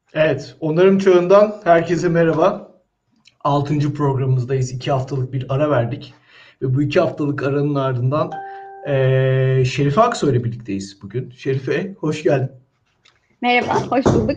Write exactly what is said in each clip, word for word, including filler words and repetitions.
Evet, Onarım Çağı'ndan herkese merhaba. Altıncı programımızdayız. İki haftalık bir ara verdik. Ve bu iki haftalık aranın ardından eee Şerife Aksoy ile birlikteyiz bugün. Şerife, hoş geldin. Merhaba, hoş bulduk.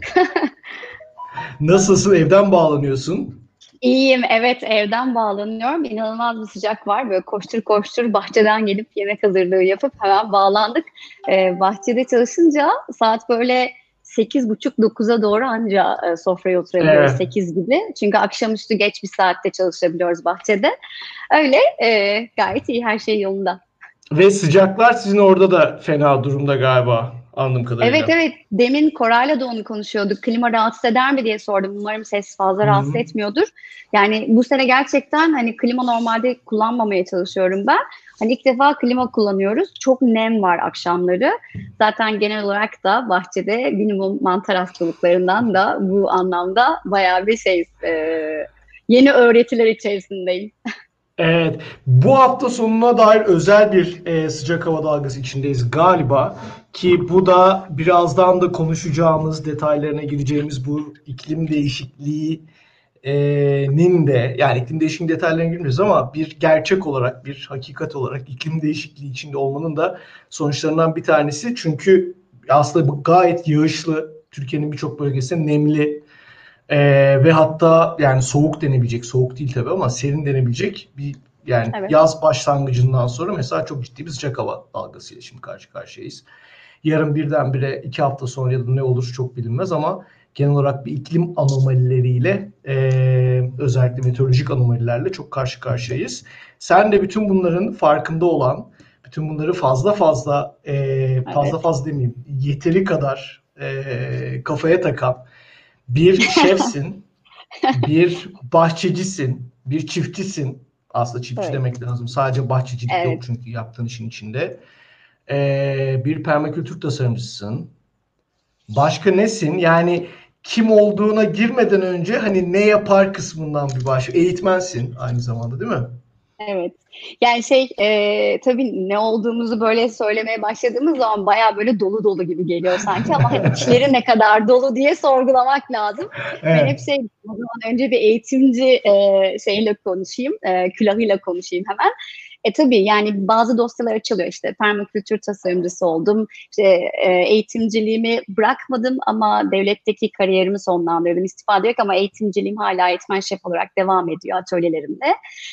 Nasılsın? Evden bağlanıyorsun. İyiyim, evet evden bağlanıyorum. İnanılmaz bir sıcak var. Böyle koştur koştur bahçeden gelip yemek hazırlığı yapıp hemen bağlandık. Ee, bahçede çalışınca saat böyle sekiz buçuk dokuza doğru anca e, sofraya oturabiliyoruz Evet. sekiz gibi. Çünkü akşamüstü geç bir saatte çalışabiliyoruz bahçede. Öyle e, gayet iyi, her şey yolunda. Ve sıcaklar sizin orada da fena durumda galiba anladığım Evet kadarıyla. evet, demin Koray'la da onu konuşuyorduk. Klima rahatsız eder mi diye sordum. Umarım ses fazla Hı rahatsız hı. etmiyordur. Yani bu sene gerçekten hani klima normalde kullanmamaya çalışıyorum ben. Hani ilk defa klima kullanıyoruz. Çok nem var akşamları. Zaten genel olarak da bahçede minimum mantar hastalıklarından da bu anlamda bayağı bir şey e, yeni öğretiler içerisindeyim. Evet, bu hafta sonuna dair özel bir e, sıcak hava dalgası içindeyiz galiba ki bu da birazdan da konuşacağımız, detaylarına gireceğimiz bu iklim değişikliğinin de yani iklim değişikliğinin detaylarına girmiyoruz ama bir gerçek olarak, bir hakikat olarak iklim değişikliği içinde olmanın da sonuçlarından bir tanesi. Çünkü aslında bu gayet yağışlı, Türkiye'nin birçok bölgesinde nemli ee, ve hatta yani soğuk denebilecek, soğuk değil tabii ama serin denebilecek bir yani Evet. yaz başlangıcından sonra mesela çok ciddi bir sıcak hava dalgasıyla şimdi karşı karşıyayız. Yarın birdenbire iki hafta sonra ya da ne olur çok bilinmez ama genel olarak bir iklim anomalileriyle e, özellikle meteorolojik anomalilerle çok karşı karşıyayız. Sen de bütün bunların farkında olan, bütün bunları fazla fazla e, fazla Evet. fazla demeyeyim yeteri kadar e, kafaya takan bir şefsin, bir bahçecisin, bir çiftçisin. Aslında çiftçi Evet. demek lazım. Sadece bahçecilik yok Evet. çünkü yaptığın işin içinde. Ee, bir permakültür tasarımcısın. Başka nesin? Yani kim olduğuna girmeden önce hani ne yapar kısmından bir baş. Eğitmensin aynı zamanda değil mi? Evet. Yani şey e, tabii ne olduğumuzu böyle söylemeye başladığımız zaman bayağı böyle dolu dolu gibi geliyor sanki ama hani içleri ne kadar dolu diye sorgulamak lazım. Ben hep Evet. şey o zaman önce bir eğitimci e, şeyle konuşayım, e, külahıyla konuşayım hemen. E tabii yani bazı dosyalar açılıyor, işte permakültür tasarımcısı oldum, işte e, eğitimciliğimi bırakmadım ama devletteki kariyerimi sonlandırdım, istifa ederek, ama eğitimciliğim hala eğitmen şef olarak devam ediyor atölyelerimde.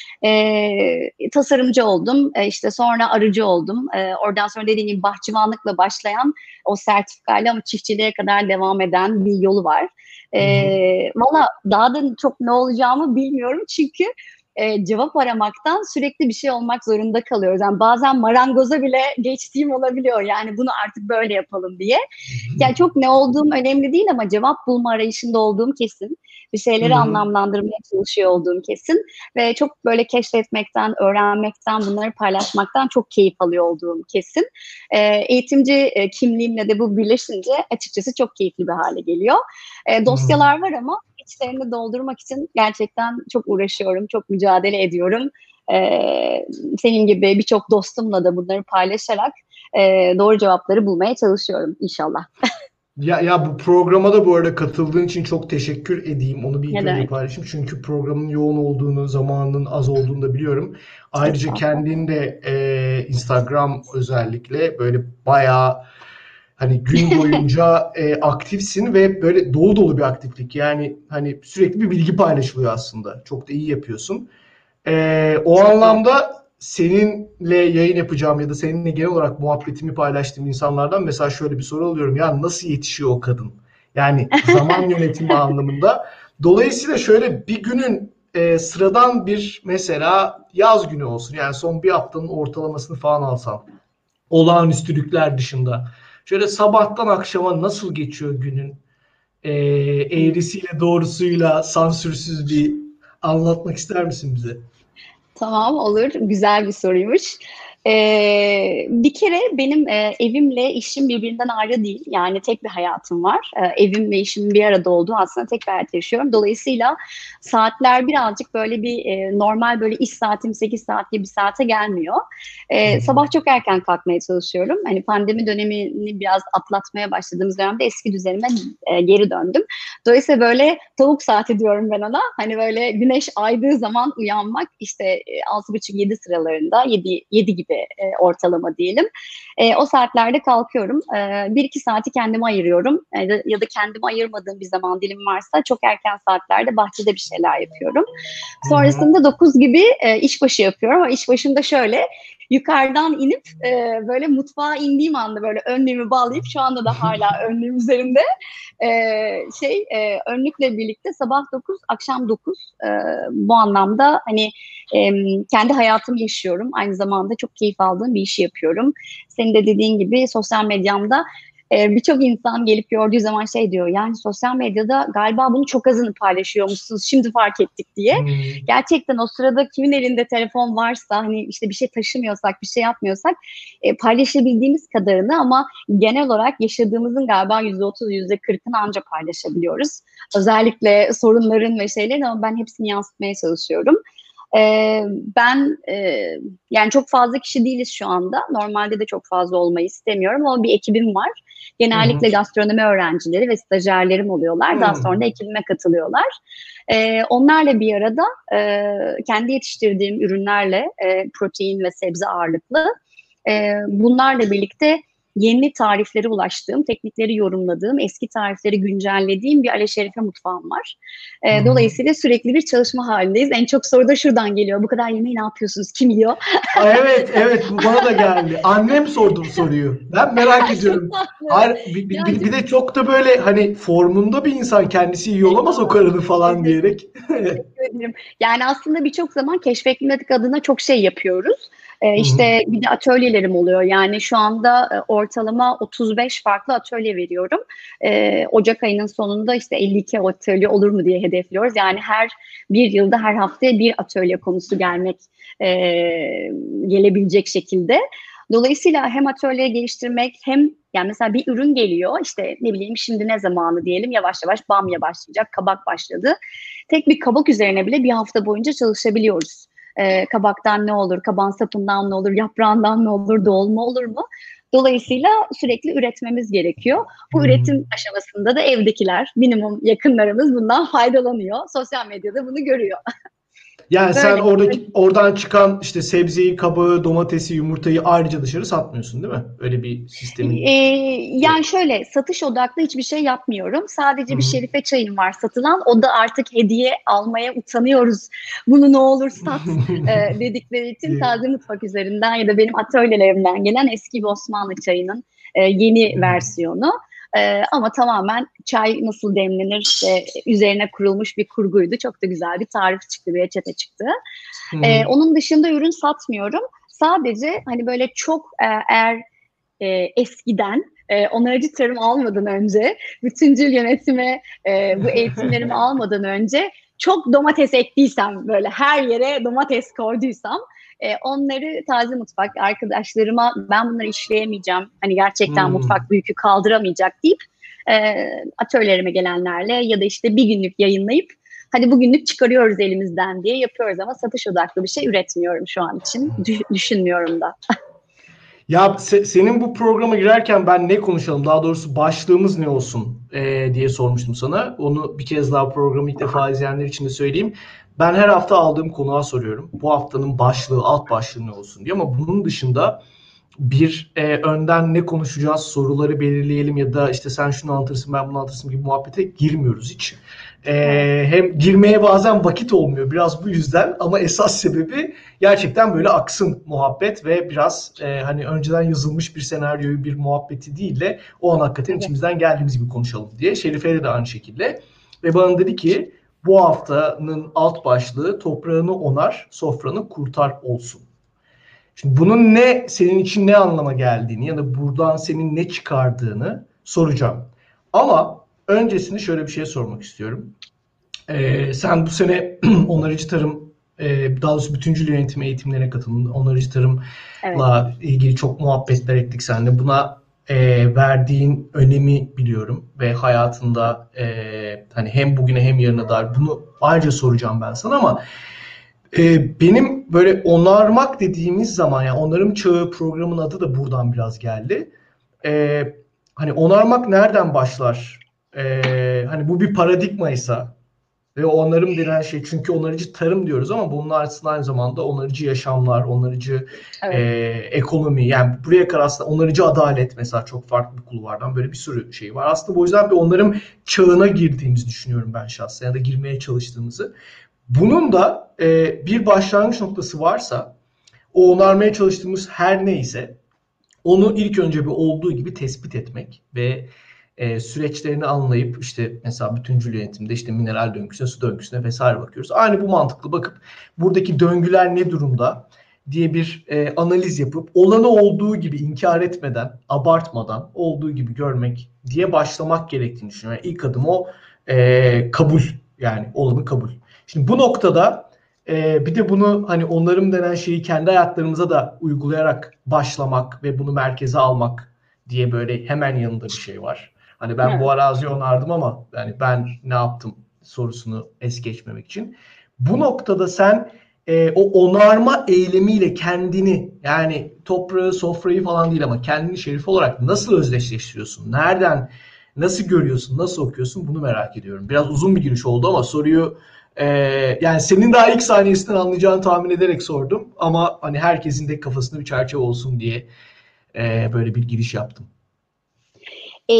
E, tasarımcı oldum. E, işte sonra arıcı oldum. E, oradan sonra dediğim gibi bahçıvanlıkla başlayan o sertifikayla ama çiftçiliğe kadar devam eden bir yolu var. E, Hı hı. Valla daha da çok ne olacağımı bilmiyorum çünkü e, cevap aramaktan sürekli bir şey olmak zorunda kalıyoruz. Yani bazen marangoza bile geçtiğim olabiliyor. Yani bunu artık böyle yapalım diye. Yani çok ne olduğum önemli değil ama cevap bulma arayışında olduğum kesin. Bir Hı şeyleri hı. anlamlandırmaya çalışıyor olduğum kesin. Ve çok böyle keşfetmekten, öğrenmekten, bunları paylaşmaktan çok keyif alıyor olduğum kesin. E, eğitimci e, kimliğimle de bu birleşince açıkçası çok keyifli bir hale geliyor. E, Hı hı. dosyalar var ama içlerini doldurmak için gerçekten çok uğraşıyorum, çok mücadele ediyorum. E, Senin gibi birçok dostumla da bunları paylaşarak e, doğru cevapları bulmaya çalışıyorum inşallah. Ya, ya bu programa da bu arada katıldığın için çok teşekkür edeyim. Onu bir ilk Ne önce demek? paylaşayım. Çünkü programın yoğun olduğunu, zamanının az olduğunu da biliyorum. Ayrıca Estağfurullah. kendin de e, Instagram özellikle böyle bayağı hani gün boyunca e, aktifsin ve böyle dolu dolu bir aktiflik. Yani hani sürekli bir bilgi paylaşılıyor aslında. Çok da iyi yapıyorsun. Ee, o Teşekkürler. anlamda seninle yayın yapacağım ya da seninle genel olarak muhabbetimi paylaştığım insanlardan mesela şöyle bir soru alıyorum. Ya nasıl yetişiyor o kadın? Yani zaman yönetimi anlamında. Dolayısıyla şöyle bir günün e, sıradan bir mesela yaz günü olsun. Yani son bir haftanın ortalamasını falan alsam. Olağanüstülükler dışında. Şöyle sabahtan akşama nasıl geçiyor günün? E, eğrisiyle doğrusuyla sansürsüz bir anlatmak ister misin bize? Tamam, olur. Güzel bir soruymuş. Ee, bir kere benim e, evimle işim birbirinden ayrı değil. Yani tek bir hayatım var. Ee, evim ve işim bir arada olduğu aslında tek bir hayat yaşıyorum. Dolayısıyla saatler birazcık böyle bir e, normal böyle iş saatim sekiz saat gibi bir saate gelmiyor. Hı Ee, hı. sabah çok erken kalkmaya çalışıyorum. Hani pandemi dönemini biraz atlatmaya başladığımız dönemde eski düzenime e, geri döndüm. Dolayısıyla böyle tavuk saati diyorum ben ona. Hani böyle güneş aydığı zaman uyanmak işte e, altı buçuk yedi sıralarında yedi, yedi gibi e, ortalama diyelim. E, o saatlerde kalkıyorum. E, bir iki saati kendime ayırıyorum. E, ya, ya da kendime ayırmadığım bir zaman dilim varsa çok erken saatlerde bahçede bir şeyler yapıyorum. Hı hı. Sonrasında dokuz gibi e, işbaşı yapıyorum. Ama işbaşında şöyle yukarıdan inip e, böyle mutfağa indiğim anda böyle önlüğümü bağlayıp şu anda da hala önlüğüm üzerimde e, şey e, önlükle birlikte sabah dokuz akşam dokuz e, bu anlamda hani e, kendi hayatımı yaşıyorum. Aynı zamanda çok keyif aldığım bir işi yapıyorum. Senin de dediğin gibi sosyal medyamda e, birçok insan gelip gördüğü zaman şey diyor yani sosyal medyada galiba bunu çok azını paylaşıyormuşsunuz şimdi fark ettik diye. Hı. Gerçekten o sırada kimin elinde telefon varsa hani işte bir şey taşımıyorsak bir şey yapmıyorsak e, paylaşabildiğimiz kadarını ama genel olarak yaşadığımızın galiba yüzde otuz yüzde kırkını ancak paylaşabiliyoruz. Özellikle sorunların ve şeylerin ama ben hepsini yansıtmaya çalışıyorum. Ee, ben e, yani çok fazla kişi değiliz şu anda. Normalde de çok fazla olmayı istemiyorum ama bir ekibim var. Hı hı. Genellikle gastronomi öğrencileri ve stajyerlerim oluyorlar. Daha Hı. sonra da ekibime katılıyorlar. Ee, onlarla bir arada e, kendi yetiştirdiğim ürünlerle e, protein ve sebze ağırlıklı e, bunlarla birlikte yeni tariflere ulaştığım, teknikleri yorumladığım, eski tarifleri güncellediğim bir Ale Şerife mutfağım var. Hı E, hı. dolayısıyla sürekli bir çalışma halindeyiz. En çok soru da şuradan geliyor. Bu kadar yemeği ne yapıyorsunuz? Kim yiyor? Evet, evet, bu bana da geldi. Annem sordu bu soruyu. Ben merak Çok ediyorum. tatlı. Hayır, bir, Ya bir, bir bir de çok da böyle hani formunda bir insan kendisi iyi olamaz o Aa, kadarını falan teşekkür diyerek. Teşekkür ederim. Yani aslında birçok zaman keşfetmek adına çok şey yapıyoruz. Ee, Hı hı. işte bir de atölyelerim oluyor. Yani şu anda e, ortalama otuz beş farklı atölye veriyorum. Ee, Ocak ayının sonunda işte elli iki atölye olur mu diye hedefliyoruz. Yani her bir yılda her haftaya bir atölye konusu gelmek e, gelebilecek şekilde. Dolayısıyla hem atölye geliştirmek hem yani mesela bir ürün geliyor işte ne bileyim şimdi ne zamanı diyelim yavaş yavaş bamya başlayacak, kabak başladı. Tek bir kabak üzerine bile bir hafta boyunca çalışabiliyoruz. Ee, kabaktan ne olur, kabağın sapından ne olur, yaprağından ne olur, dolma olur mu? Dolayısıyla sürekli üretmemiz gerekiyor. Bu Hı. üretim aşamasında da evdekiler, minimum yakınlarımız bundan faydalanıyor. Sosyal medyada bunu görüyor. Yani sen Böyle. oradaki oradan çıkan işte sebzeyi, kabağı, domatesi, yumurtayı ayrıca dışarı satmıyorsun, değil mi? Öyle bir Ee, sistemin Yani yok. şöyle satış odaklı hiçbir şey yapmıyorum. Hı Sadece bir hı. şerife çayım var satılan. O da artık hediye almaya utanıyoruz. Bunu ne olur sat e, dedikleri için Diye. Taze Mutfak üzerinden ya da benim atölyelerimden gelen eski bir Osmanlı çayının e, yeni versiyonu. E, ama tamamen çay nasıl demlenir işte üzerine kurulmuş bir kurguydu. Çok da güzel bir tarif çıktı, bir reçete çıktı. Hı E, hı. onun dışında ürün satmıyorum. Sadece hani böyle çok e, eğer e, eskiden e, onarıcı tarım almadan önce bütüncül yönetime e, bu eğitimlerimi almadan önce çok domates ektiysem böyle her yere domates koyduysam e, onları Taze Mutfak arkadaşlarıma ben bunları işleyemeyeceğim hani gerçekten Hı. mutfak bu yükü kaldıramayacak deyip e, atölyelerime gelenlerle ya da işte bir günlük yayınlayıp hadi bugünlük çıkarıyoruz elimizden diye yapıyoruz ama satış odaklı bir şey üretmiyorum şu an için. Düş- düşünmüyorum da. Ya se- senin bu programa girerken ben ne konuşalım, daha doğrusu başlığımız ne olsun eee, diye sormuştum sana. Onu bir kez daha programı ilk defa izleyenler için de söyleyeyim. Ben her hafta aldığım konuğa soruyorum. Bu haftanın başlığı, alt başlığı ne olsun diye, ama bunun dışında bir e, önden ne konuşacağız soruları belirleyelim ya da işte sen şunu anlatırsın ben bunu anlatırsın gibi muhabbete girmiyoruz hiç. E, Evet. Hem girmeye bazen vakit olmuyor biraz bu yüzden, ama esas sebebi gerçekten böyle aksın muhabbet ve biraz e, hani önceden yazılmış bir senaryoyu, bir muhabbeti değil de o an hakikaten Evet. içimizden geldiğimiz gibi konuşalım diye. Şerife'yle de aynı şekilde. Ve bana dedi ki bu haftanın alt başlığı toprağını onar, sofranı kurtar olsun. Şimdi bunun ne senin için ne anlama geldiğini ya da buradan senin ne çıkardığını soracağım. Ama öncesinde şöyle bir şey sormak istiyorum. Ee, sen bu sene onarıcı tarım e, daha doğrusu bütüncül yönetim eğitimlerine katıldım. Onarıcı tarımla Evet. ilgili çok muhabbetler ettik seninle. Buna e, verdiğin önemi biliyorum ve hayatında e, hani hem bugüne hem yarına dair bunu ayrıca soracağım ben sana ama e, benim böyle onarmak dediğimiz zaman yani onarım çağı programın adı da buradan biraz geldi. E, Hani onarmak nereden başlar? E, hani bu bir paradigmaysa ve onarım denen şey çünkü onarıcı tarım diyoruz ama bunun aslında aynı zamanda onarıcı yaşamlar, onarıcı e, Evet. ekonomi yani buraya kadar aslında onarıcı adalet mesela çok farklı bir kulvardan böyle bir sürü şey var. Aslında bu yüzden bir onarım çağına girdiğimizi düşünüyorum ben şahsen ya da girmeye çalıştığımızı. Bunun da e, bir başlangıç noktası varsa o onarmaya çalıştığımız her neyse onu ilk önce bir olduğu gibi tespit etmek ve e, süreçlerini anlayıp işte mesela bütüncül yönetimde işte mineral döngüsüne, su döngüsüne vesaire bakıyoruz. Aynı bu mantıklı bakıp buradaki döngüler ne durumda diye bir e, analiz yapıp olanı olduğu gibi inkar etmeden, abartmadan olduğu gibi görmek diye başlamak gerektiğini düşünüyorum. Yani ilk adım o e, kabul yani olanı kabul. Şimdi bu noktada ee, bir de bunu hani onarım denen şeyi kendi hayatlarımıza da uygulayarak başlamak ve bunu merkeze almak diye böyle hemen yanında bir şey var. Hani ben bu Evet. araziyi onardım ama yani ben ne yaptım sorusunu es geçmemek için. Bu noktada sen e, o onarma eylemiyle kendini yani toprağı, sofrayı falan değil ama kendini şerif olarak nasıl özdeşleştiriyorsun? Nereden, nasıl görüyorsun, nasıl okuyorsun bunu merak ediyorum. Biraz uzun bir giriş oldu ama soruyu ee, yani senin daha ilk saniyesinden anlayacağını tahmin ederek sordum. Ama hani herkesin de kafasında bir çerçeve olsun diye e, böyle bir giriş yaptım. Ee,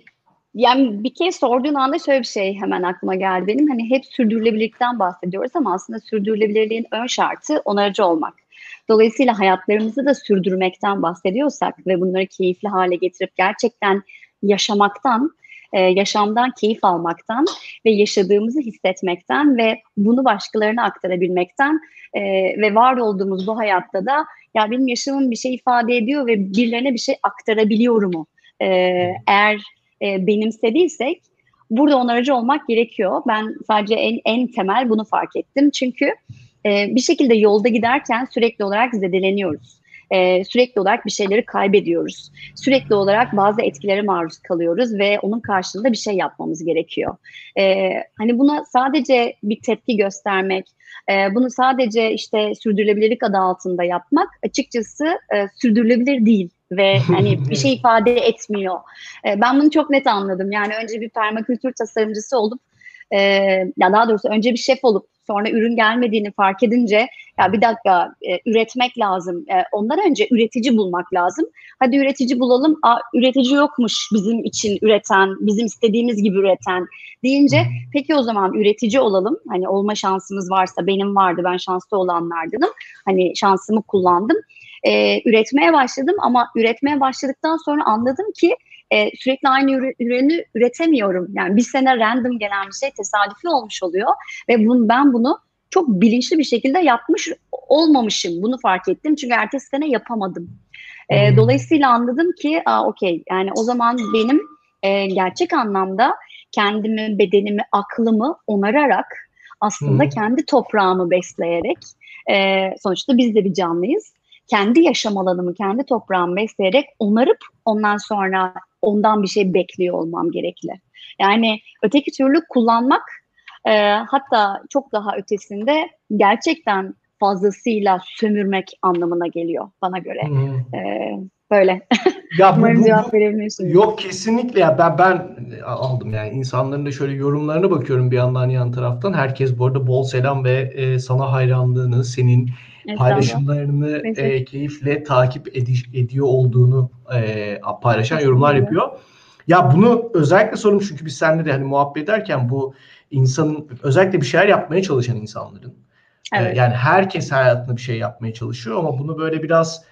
Yani bir kez sorduğun anda şöyle bir şey hemen aklıma geldi benim. Hani hep sürdürülebilirlikten bahsediyoruz ama aslında sürdürülebilirliğin ön şartı onarıcı olmak. Dolayısıyla hayatlarımızı da sürdürmekten bahsediyorsak ve bunları keyifli hale getirip gerçekten yaşamaktan, e, yaşamdan keyif almaktan ve yaşadığımızı hissetmekten ve bunu başkalarına aktarabilmekten e, ve var olduğumuz bu hayatta da ya benim yaşamım bir şey ifade ediyor ve birilerine bir şey aktarabiliyor mu? E, Eğer e, benimsediysek burada onarıcı olmak gerekiyor. Ben sadece en, en temel bunu fark ettim. Çünkü e, bir şekilde yolda giderken sürekli olarak zedeleniyoruz. E, sürekli olarak bir şeyleri kaybediyoruz. Sürekli olarak bazı etkilere maruz kalıyoruz ve onun karşılığında bir şey yapmamız gerekiyor. E, Hani buna sadece bir tepki göstermek, e, bunu sadece işte sürdürülebilirlik adı altında yapmak açıkçası e, sürdürülebilir değil ve hani bir şey ifade etmiyor. E, ben bunu çok net anladım. Yani önce bir permakültür tasarımcısı olup e, ya daha doğrusu önce bir şef olup sonra ürün gelmediğini fark edince ya bir dakika e, üretmek lazım. E, ondan önce üretici bulmak lazım. Hadi üretici bulalım. Aa, üretici yokmuş bizim için üreten, bizim istediğimiz gibi üreten deyince peki o zaman üretici olalım. Hani olma şansımız varsa benim vardı. Ben şanslı olanlardanım. Hani şansımı kullandım. E, üretmeye başladım ama üretmeye başladıktan sonra anladım ki e, sürekli aynı ürünü üretemiyorum. Yani bir sene random gelen bir şey tesadüfi olmuş oluyor ve bunu, ben bunu çok bilinçli bir şekilde yapmış olmamışım. Bunu fark ettim çünkü ertesi sene yapamadım. E, dolayısıyla anladım ki, aa, okey, yani o zaman benim e, gerçek anlamda kendimi, bedenimi, aklımı onararak aslında kendi toprağımı besleyerek e, sonuçta biz de bir canlıyız. Kendi yaşam alanımı, kendi toprağımı besleyerek onarıp ondan sonra ondan bir şey bekliyor olmam gerekli. Yani öteki türlü kullanmak e, hatta çok daha ötesinde gerçekten fazlasıyla sömürmek anlamına geliyor bana göre. E, Böyle. Ya bu, Umarım bu, cevap bu verebilirsiniz. yok kesinlikle ya ben ben aldım yani insanların da şöyle yorumlarına bakıyorum bir yandan yan taraftan. Herkes bu arada bol selam ve e, sana hayranlığını, senin Estağfurullah. paylaşımlarını Neyse. e, keyifle takip edi- ediyor olduğunu e, paylaşan yorumlar Estağfurullah. yapıyor. Ya bunu özellikle sorum çünkü biz seninle de hani muhabbet ederken bu insanın özellikle bir şeyler yapmaya çalışan insanların e, Evet. yani herkes hayatında bir şey yapmaya çalışıyor ama bunu böyle biraz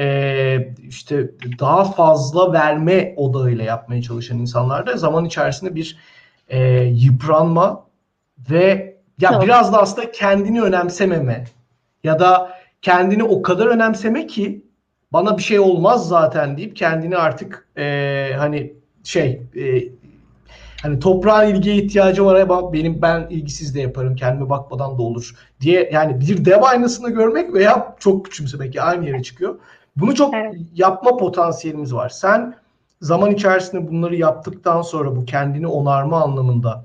e, işte daha fazla verme odağıyla yapmaya çalışan insanlarda zaman içerisinde bir e, yıpranma ve ya Çok. biraz da aslında kendini önemsememe ya da kendini o kadar önemseme ki bana bir şey olmaz zaten deyip kendini artık e, hani şey e, Hani toprağın ilgiye ihtiyacı var ama benim ben ilgisiz de yaparım, kendime bakmadan da olur diye, yani bir dev aynasını görmek veya çok küçümsemek aynı yere çıkıyor. Bunu çok Evet. yapma potansiyelimiz var. Sen zaman içerisinde bunları yaptıktan sonra bu kendini onarma anlamında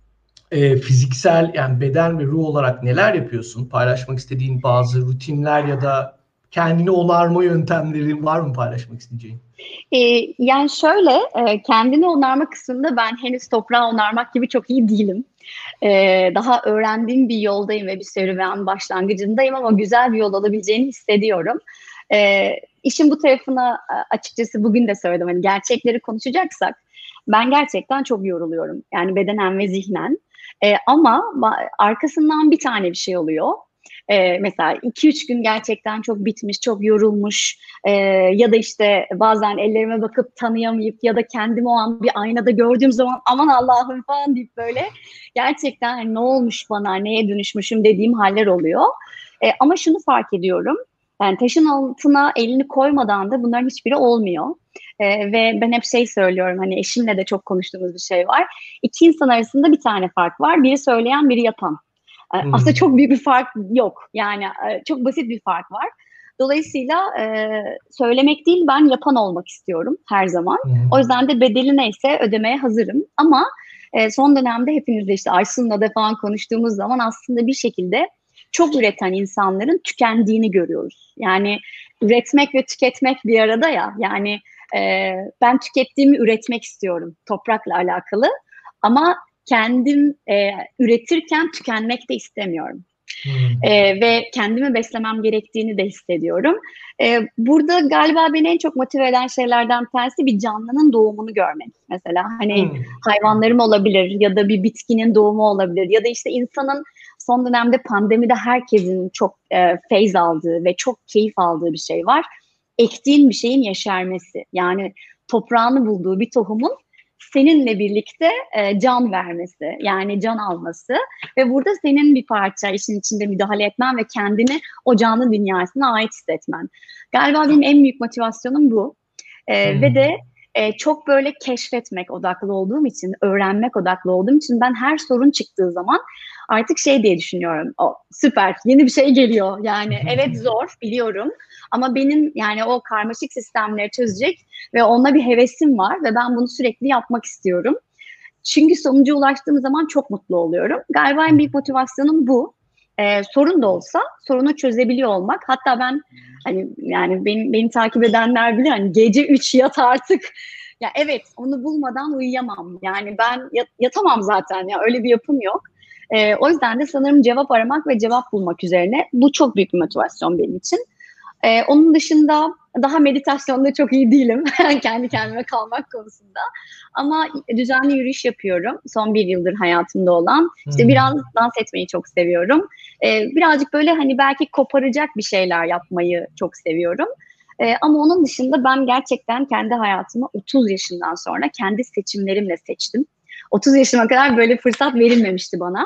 e, fiziksel, yani beden ve ruh olarak neler yapıyorsun? Paylaşmak istediğin bazı rutinler ya da kendini onarma yöntemleri var mı paylaşmak isteyeceğin? Ee, yani şöyle, e, kendini onarma kısmında ben henüz toprağı onarmak gibi çok iyi değilim. Ee, daha öğrendiğim bir yoldayım ve bir serüven başlangıcındayım ama güzel bir yol olabileceğini hissediyorum. Ee, işin bu tarafına açıkçası bugün de söyledim. Hani gerçekleri konuşacaksak ben gerçekten çok yoruluyorum. Yani bedenen ve zihnen. Ee, ama arkasından bir tane bir şey oluyor. Ee, mesela iki üç gün gerçekten çok bitmiş, çok yorulmuş e, ya da işte bazen ellerime bakıp tanıyamayıp ya da kendimi o an bir aynada gördüğüm zaman aman Allah'ım falan deyip böyle gerçekten hani ne olmuş bana, neye dönüşmüşüm dediğim haller oluyor. E, ama şunu fark ediyorum, yani taşın altına elini koymadan da bunların hiçbiri olmuyor. E, ve ben hep şey söylüyorum, hani eşimle de çok konuştuğumuz bir şey var. İki insan arasında bir tane fark var, biri söyleyen, biri yapan. Aslında çok büyük bir fark yok. Yani çok basit bir fark var. Dolayısıyla e, söylemek değil, ben yapan olmak istiyorum her zaman. Hmm. O yüzden de bedeli neyse ödemeye hazırım. Ama e, son dönemde hepimizle işte Aysun'la da falan konuştuğumuz zaman aslında bir şekilde çok üreten insanların tükendiğini görüyoruz. Yani üretmek ve tüketmek bir arada ya. Yani e, ben tükettiğimi üretmek istiyorum toprakla alakalı. Ama kendim e, üretirken tükenmek de istemiyorum. Hmm. E, ve kendimi beslemem gerektiğini de hissediyorum. E, burada galiba beni en çok motive eden şeylerden bir tanesi bir canlının doğumunu görmek. Mesela hani Hmm. hayvanlarım olabilir ya da bir bitkinin doğumu olabilir ya da işte insanın son dönemde pandemide herkesin çok e, feyz aldığı ve çok keyif aldığı bir şey var. Ektiğin bir şeyin yeşermesi. Yani toprağını bulduğu bir tohumun seninle birlikte e, can vermesi, yani can alması ve burada senin bir parça işin içinde müdahale etmen ve kendini o canlı dünyasına ait hissetmen. Galiba benim en büyük motivasyonum bu. E, Hmm. Ve de e, çok böyle keşfetmek odaklı olduğum için, öğrenmek odaklı olduğum için ben her sorun çıktığı zaman artık şey diye düşünüyorum. O süper, yeni bir şey geliyor. Yani evet zor biliyorum ama benim yani o karmaşık sistemleri çözecek ve ona bir hevesim var ve ben bunu sürekli yapmak istiyorum. Çünkü sonuca ulaştığım zaman çok mutlu oluyorum. Galiba en büyük motivasyonum bu. Ee, sorun da olsa sorunu çözebiliyor olmak. Hatta ben hani yani beni, beni takip edenler bilir, hani gece üç yat artık. Ya evet, onu bulmadan uyuyamam. Yani ben yat, yatamam zaten ya, öyle bir yapım yok. Ee, o yüzden de sanırım cevap aramak ve cevap bulmak üzerine, bu çok büyük bir motivasyon benim için. Ee, onun dışında daha meditasyonda çok iyi değilim. Kendi kendime kalmak konusunda. Ama düzenli yürüyüş yapıyorum. Son bir yıldır hayatımda olan. İşte Hmm. biraz dans etmeyi çok seviyorum. Ee, birazcık böyle hani belki koparacak bir şeyler yapmayı çok seviyorum. Ee, ama onun dışında ben gerçekten kendi hayatımı otuz yaşından sonra kendi seçimlerimle seçtim. otuz yaşıma kadar böyle fırsat verilmemişti bana.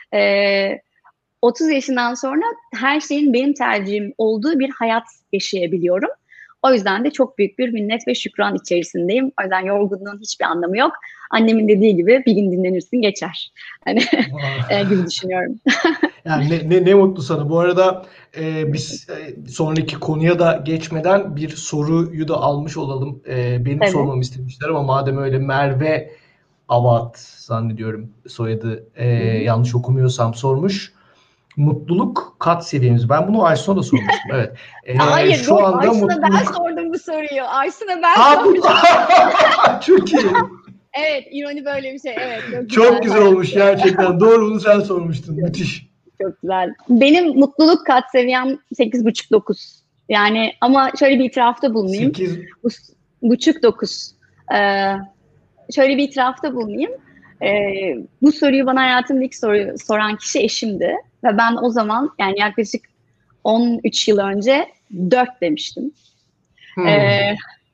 Ee, otuz yaşından sonra her şeyin benim tercihim olduğu bir hayat yaşayabiliyorum. O yüzden de çok büyük bir minnet ve şükran içerisindeyim. O yüzden yorgunluğun hiçbir anlamı yok. Annemin dediği gibi bir gün dinlenirsin geçer. Hani e, gibi düşünüyorum. Yani ne, ne, ne mutlu sana. Bu arada e, biz e, sonraki konuya da geçmeden bir soruyu da almış olalım. E, benim Tabii. sormamı istemişler ama madem öyle, Merve Avat zannediyorum soyadı, e, Hı hı. yanlış okumuyorsam sormuş. Mutluluk kat seviyemiz. Ben bunu Aysun'a da sormuştum. Evet. E, Hayır, dur. şu anda Aysun'a ben mutluluk... sordum bu soruyu. Aysun'a ben Aa, bu... sormuşum. Çok iyi. Evet, ironi böyle bir şey. Evet, çok Çok güzel. güzel Hayat. olmuş gerçekten. Doğru, bunu sen sormuştun. Çok, Müthiş. çok güzel. Benim mutluluk kat seviyem sekiz buçuk dokuz. Yani ama şöyle bir itirafta bulunayım. sekiz. Bu buçuk dokuz. Ee, şöyle bir itirafta bulunayım. Ee, bu soruyu bana hayatımda ilk soru, soran kişi eşimdi. Ve ben o zaman yani yaklaşık on üç yıl önce dört demiştim. Hmm. Ee,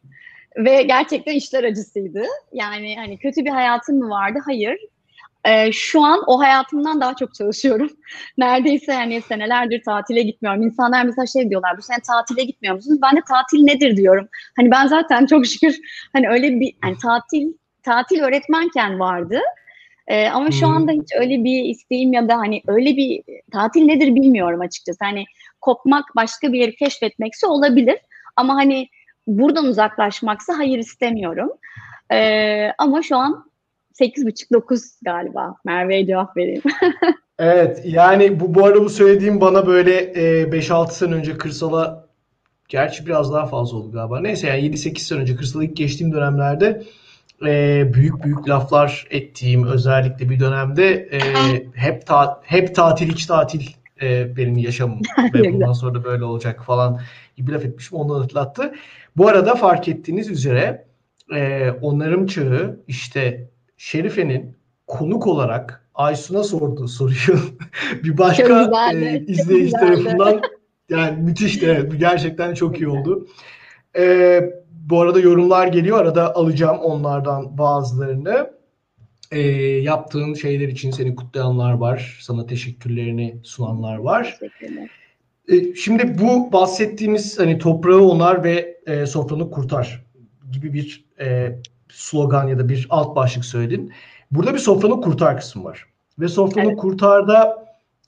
ve gerçekten işler acısıydı. Yani hani kötü bir hayatım mı vardı? Hayır. Ee, şu an o hayatımdan daha çok çalışıyorum. Neredeyse yani senelerdir tatile gitmiyorum. İnsanlar mesela şey diyorlar, bu sene tatile gitmiyor musunuz? Ben de tatil nedir diyorum. Hani ben zaten çok şükür hani öyle bir, yani tatil tatil öğretmenken vardı. Ee, ama şu Hmm. anda hiç öyle bir isteğim ya da hani öyle bir tatil nedir bilmiyorum açıkçası. Hani kopmak, başka bir yeri keşfetmekse olabilir. Ama hani buradan uzaklaşmaksa hayır istemiyorum. Ee, ama şu an sekiz buçuk dokuz galiba. Merve'ye cevap vereyim. Evet, yani bu bu arada bu söylediğim bana böyle e, beş altı sene önce kırsala, gerçi biraz daha fazla oldu galiba. Neyse, yani yedi sekiz sene önce kırsala ilk geçtiğim dönemlerde e, büyük büyük laflar ettiğim, özellikle bir dönemde e, hep ta- hep tatil hiç tatil e, benim yaşamım ve Ne güzel. bundan sonra da böyle olacak falan gibi laf etmişim. Ondan hatırlattı. Bu arada fark ettiğiniz üzere e, onarım çağı işte Şerife'nin konuk olarak Aysun'a sorduğu soruyu bir Çok başka e, güzeldi. Çok izleyici güzeldi. tarafından, yani müthişti. Evet, bu gerçekten çok iyi oldu. Ee, bu arada yorumlar geliyor. Arada alacağım onlardan bazılarını. Ee, yaptığın şeyler için seni kutlayanlar var. Sana teşekkürlerini sunanlar var. Teşekkürler. Ee, şimdi bu bahsettiğimiz hani toprağı onar ve e, sofranı kurtar gibi bir e, slogan ya da bir alt başlık söyledin. Burada bir sofranı kurtar kısmı var. Ve sofranı Evet. kurtarda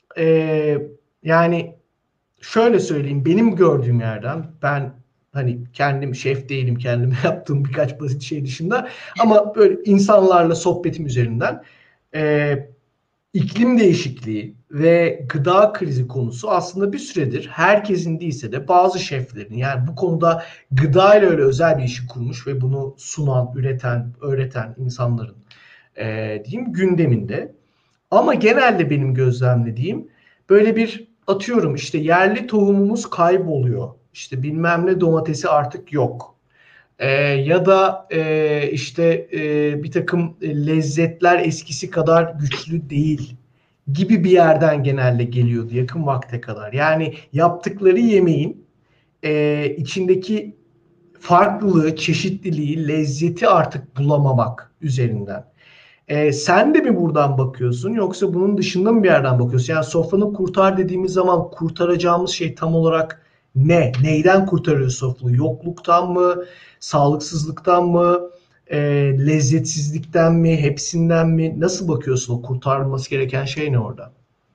e, yani şöyle söyleyeyim, benim gördüğüm yerden, ben hani kendim şef değilim, kendime yaptığım birkaç basit şey dışında, ama böyle insanlarla sohbetim üzerinden e, iklim değişikliği ve gıda krizi konusu aslında bir süredir herkesin değilse de bazı şeflerin, yani bu konuda gıda ile öyle özel bir işi kurmuş ve bunu sunan, üreten, öğreten insanların e, diyeyim gündeminde. Ama genelde benim gözlemlediğim böyle bir, atıyorum işte yerli tohumumuz kayboluyor. İşte bilmem ne domatesi artık yok. Ee, ya da e, işte e, bir takım lezzetler eskisi kadar güçlü değil gibi bir yerden genelde geliyordu yakın vakte kadar. Yani yaptıkları yemeğin e, içindeki farklılığı, çeşitliliği, lezzeti artık bulamamak üzerinden. E, sen de mi buradan bakıyorsun, yoksa bunun dışında mı bir yerden bakıyorsun? Yani sofranı kurtar dediğimiz zaman kurtaracağımız şey tam olarak ne? Neyden kurtarıyoruz sofrayı? Yokluktan mı? Sağlıksızlıktan mı? E, lezzetsizlikten mi? Hepsinden mi? Nasıl bakıyorsun, o kurtarılması gereken şey ne orada?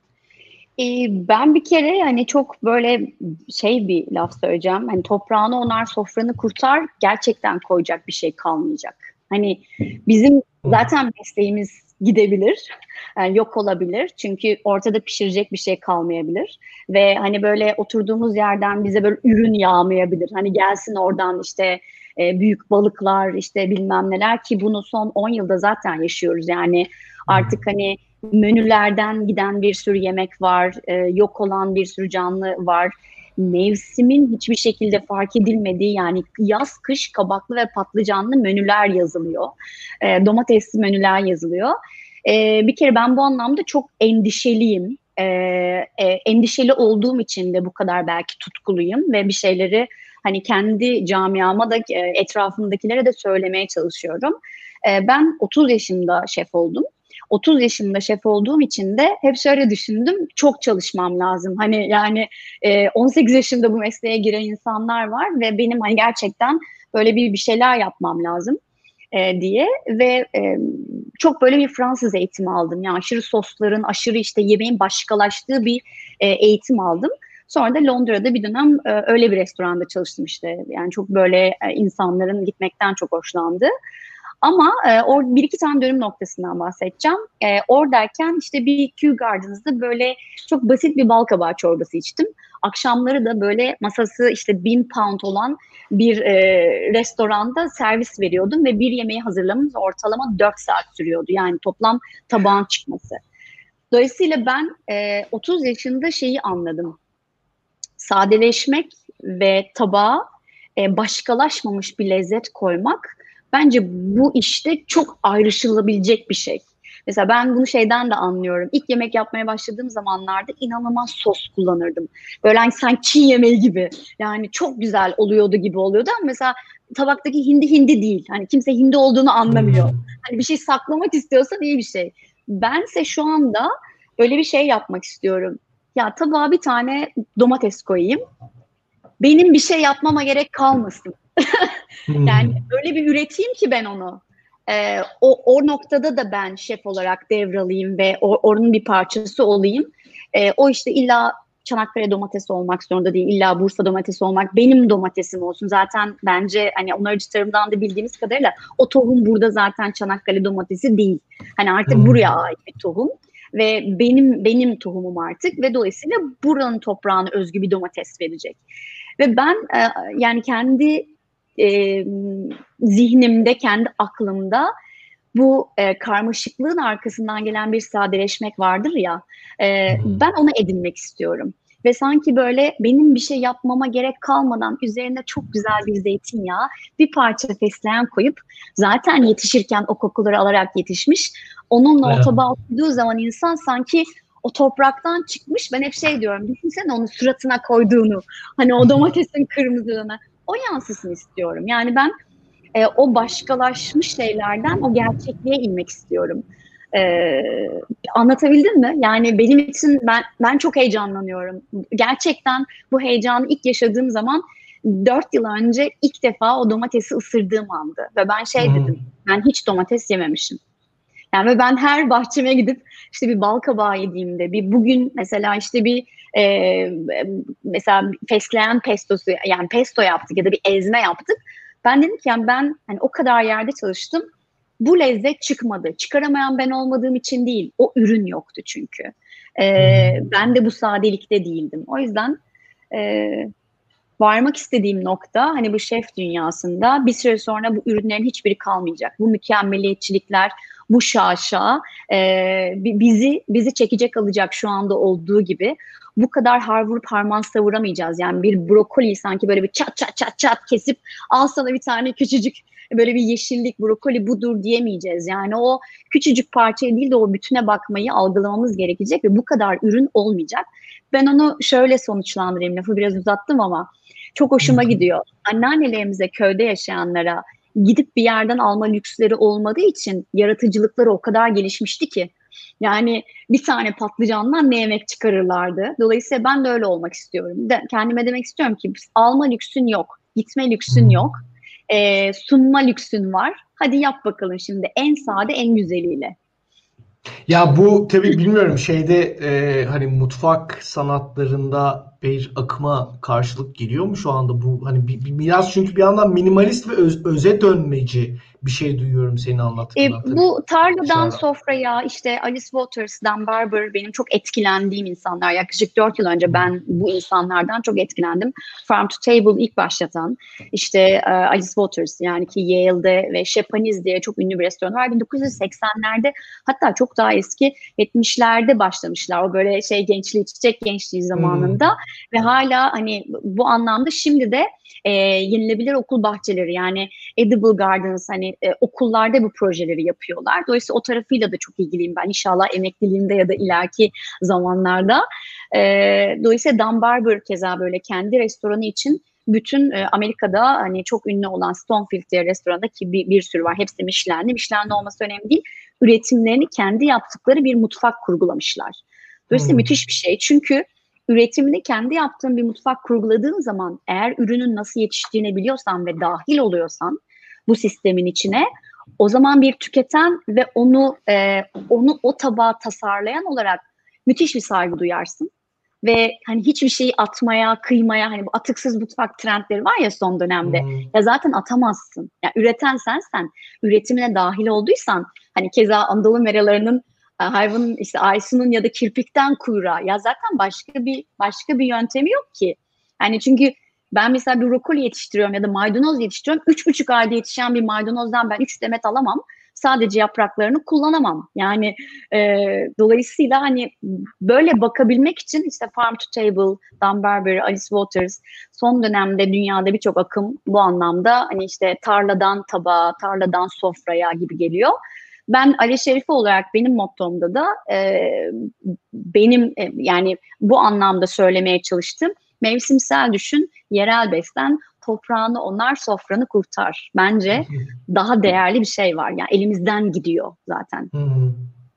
Ee, ben bir kere hani çok böyle şey bir laf söyleyeceğim. Hani toprağını onar, sofranı kurtar. Gerçekten koyacak bir şey kalmayacak. Hani bizim zaten mesleğimiz gidebilir, yani yok olabilir. Çünkü ortada pişirecek bir şey kalmayabilir. Ve hani böyle oturduğumuz yerden bize böyle ürün yağmayabilir. Hani gelsin oradan işte e, büyük balıklar, işte bilmem neler, ki bunu son on yılda zaten yaşıyoruz. Yani artık hani menülerden giden bir sürü yemek var, e, yok olan bir sürü canlı var. Mevsimin hiçbir şekilde fark edilmediği, yani yaz kış kabaklı ve patlıcanlı menüler yazılıyor. E, domatesli menüler yazılıyor. E, bir kere ben bu anlamda çok endişeliyim. E, e, endişeli olduğum için de bu kadar belki tutkuluyum ve bir şeyleri hani kendi camiama da e, etrafımdakilere de söylemeye çalışıyorum. E, ben otuz yaşımda şef oldum. otuz yaşında şef olduğum için de hep şöyle düşündüm. Çok çalışmam lazım. Hani yani e, on sekiz yaşında bu mesleğe giren insanlar var ve benim hani gerçekten böyle bir bir şeyler yapmam lazım e, diye ve e, çok böyle bir Fransız eğitimi aldım. Yani aşırı sosların, aşırı işte yemeğin başkalaştığı bir e, eğitim aldım. Sonra da Londra'da bir dönem e, öyle bir restoranda çalıştım işte. Yani çok böyle e, insanların gitmekten çok hoşlandı. Ama e, or, bir iki tane dönüm noktasından bahsedeceğim. E, oradayken işte bir Kew Gardens'da böyle çok basit bir bal kabağı çorbası içtim. Akşamları da böyle masası işte bin pound olan bir e, restoranda servis veriyordum ve bir yemeği hazırlamamız ortalama dört saat sürüyordu. Yani toplam tabağın çıkması. Dolayısıyla ben e, otuz yaşında şeyi anladım. Sadeleşmek ve tabağa e, başkalaşmamış bir lezzet koymak bence bu işte çok ayrışılabilecek bir şey. Mesela ben bunu şeyden de anlıyorum. İlk yemek yapmaya başladığım zamanlarda inanılmaz sos kullanırdım. Böyle hani sanki Çin yemeği gibi. Yani çok güzel oluyordu gibi oluyordu ama mesela tabaktaki hindi hindi değil. Hani kimse hindi olduğunu anlamıyor. Hmm. Hani bir şey saklamak istiyorsan iyi bir şey. Bense şu anda öyle bir şey yapmak istiyorum. Ya tabağa bir tane domates koyayım. Benim bir şey yapmama gerek kalmasın. Yani Hmm. öyle bir üreteyim ki ben onu. e, o, o noktada da ben şef olarak devralayım ve o, oranın bir parçası olayım. E, o işte illa Çanakkale domatesi olmak zorunda değil. İlla Bursa domatesi olmak, benim domatesim olsun. Zaten bence hani onarıcı tarımdan da bildiğimiz kadarıyla o tohum burada zaten Çanakkale domatesi değil. Hani artık Hmm. buraya ait bir tohum ve benim benim tohumum artık ve dolayısıyla buranın toprağına özgü bir domates verecek. Ve ben e, yani kendi e, zihnimde, kendi aklımda bu e, karmaşıklığın arkasından gelen bir sadeleşmek vardır ya, e, Hmm. ben onu edinmek istiyorum. Ve sanki böyle benim bir şey yapmama gerek kalmadan üzerine çok güzel bir zeytinyağı, bir parça fesleğen koyup zaten yetişirken o kokuları alarak yetişmiş. Onunla o Evet. tabağa oturduğu zaman insan sanki o topraktan çıkmış. Ben hep şey diyorum, düşünsene onu suratına koyduğunu. Hani o domatesin kırmızılığına. O yansısın istiyorum. Yani ben e, o başkalaşmış şeylerden o gerçekliğe inmek istiyorum. E, Anlatabildim mi? Yani benim için ben ben çok heyecanlanıyorum. Gerçekten bu heyecanı ilk yaşadığım zaman dört yıl önce ilk defa o domatesi ısırdığım andı. Ve ben şey Hmm. dedim, ben hiç domates yememişim. Yani ve ben her bahçeme gidip işte bir bal kabağı yediğimde, bir bugün mesela işte bir e, mesela fesleğen pestosu, yani pesto yaptık ya da bir ezme yaptık. Ben dedim ki yani ben hani o kadar yerde çalıştım. Bu lezzet çıkmadı. Çıkaramayan ben olmadığım için değil. O ürün yoktu çünkü. E, Hmm. ben de bu sadelikte değildim. O yüzden e, varmak istediğim nokta hani bu şef dünyasında bir süre sonra bu ürünlerin hiçbiri kalmayacak. Bu mükemmeliyetçilikler, bu şaşa e, bizi bizi çekecek alacak şu anda olduğu gibi. Bu kadar har vurup harman savuramayacağız. Yani bir brokoli sanki böyle bir çat çat çat çat kesip al sana bir tane küçücük böyle bir yeşillik brokoli budur diyemeyeceğiz. Yani o küçücük parçaya değil de o bütüne bakmayı algılamamız gerekecek ve bu kadar ürün olmayacak. Ben onu şöyle sonuçlandırayım, lafı biraz uzattım ama çok hoşuma gidiyor. Anneannelerimize, köyde yaşayanlara gidip bir yerden alma lüksleri olmadığı için yaratıcılıkları o kadar gelişmişti ki. Yani bir tane patlıcandan ne yemek çıkarırlardı. Dolayısıyla ben de öyle olmak istiyorum. De, kendime demek istiyorum ki alma lüksün yok, gitme lüksün Hmm. yok, e, sunma lüksün var. Hadi yap bakalım şimdi en sade, en güzeliyle. Ya bu tabii bilmiyorum şeyde e, hani mutfak sanatlarında bir akıma karşılık geliyor mu şu anda bu hani bir, bir- biraz çünkü bir yandan minimalist ve öz- öze dönmeci bir şey duyuyorum senin E, anlattıklarından tabii bu tarladan dışarıdan. sofraya işte Alice Waters, Dan Barber benim çok etkilendiğim insanlar. Yaklaşık dört yıl önce ben bu insanlardan çok etkilendim. Farm to Table ilk başlatan işte e, Alice Waters yani ki Yale'de ve Chepaniz diye çok ünlü bir restoran var. bin dokuz yüz seksenlerde hatta çok daha eski yetmişlerde başlamışlar. O böyle şey gençliği, çiçek gençliği Hmm. zamanında ve hala hani bu anlamda şimdi de e, yenilebilir okul bahçeleri yani Edible Gardens hani e, okullarda bu projeleri yapıyorlar. Dolayısıyla o tarafıyla da çok ilgiliyim ben. İnşallah emekliliğimde ya da ileriki zamanlarda. E, dolayısıyla Dan Barber keza böyle kendi restoranı için bütün e, Amerika'da hani çok ünlü olan Stonefield diye restoranda ki bir, bir sürü var. Hepsi Michelin'li. Michelin'li olması önemli değil. Üretimlerini kendi yaptıkları bir mutfak kurgulamışlar. Dolayısıyla Hmm. müthiş bir şey. Çünkü üretimini kendi yaptığın bir mutfak kurguladığın zaman eğer ürünün nasıl yetiştiğini biliyorsan ve dahil oluyorsan bu sistemin içine o zaman bir tüketen ve onu e, onu o tabağa tasarlayan olarak müthiş bir saygı duyarsın. Ve hani hiçbir şeyi atmaya, kıymaya hani bu atıksız mutfak trendleri var ya son dönemde. Hmm. Ya zaten atamazsın. Ya üreten sensen, üretimine dahil olduysan hani keza Anadolu meralarının e, hayvanın işte Aysun'un ya da kirpikten kuyruğa ya zaten başka bir başka bir yöntemi yok ki. Yani çünkü ben mesela bir brokoli yetiştiriyorum ya da maydanoz yetiştiriyorum. Üç buçuk ayda yetişen bir maydanozdan ben üç demet alamam. Sadece yapraklarını kullanamam. Yani e, dolayısıyla hani böyle bakabilmek için işte Farm to Table, Dan Barber, Alice Waters son dönemde dünyada birçok akım bu anlamda hani işte tarladan tabağa, tarladan sofraya gibi geliyor. Ben Ali Şerife olarak benim mottomda da e, benim e, yani bu anlamda söylemeye çalıştım. Mevsimsel düşün, yerel beslen, toprağını onar, sofranı kurtar. Bence daha değerli bir şey var. Yani elimizden gidiyor zaten. Hmm.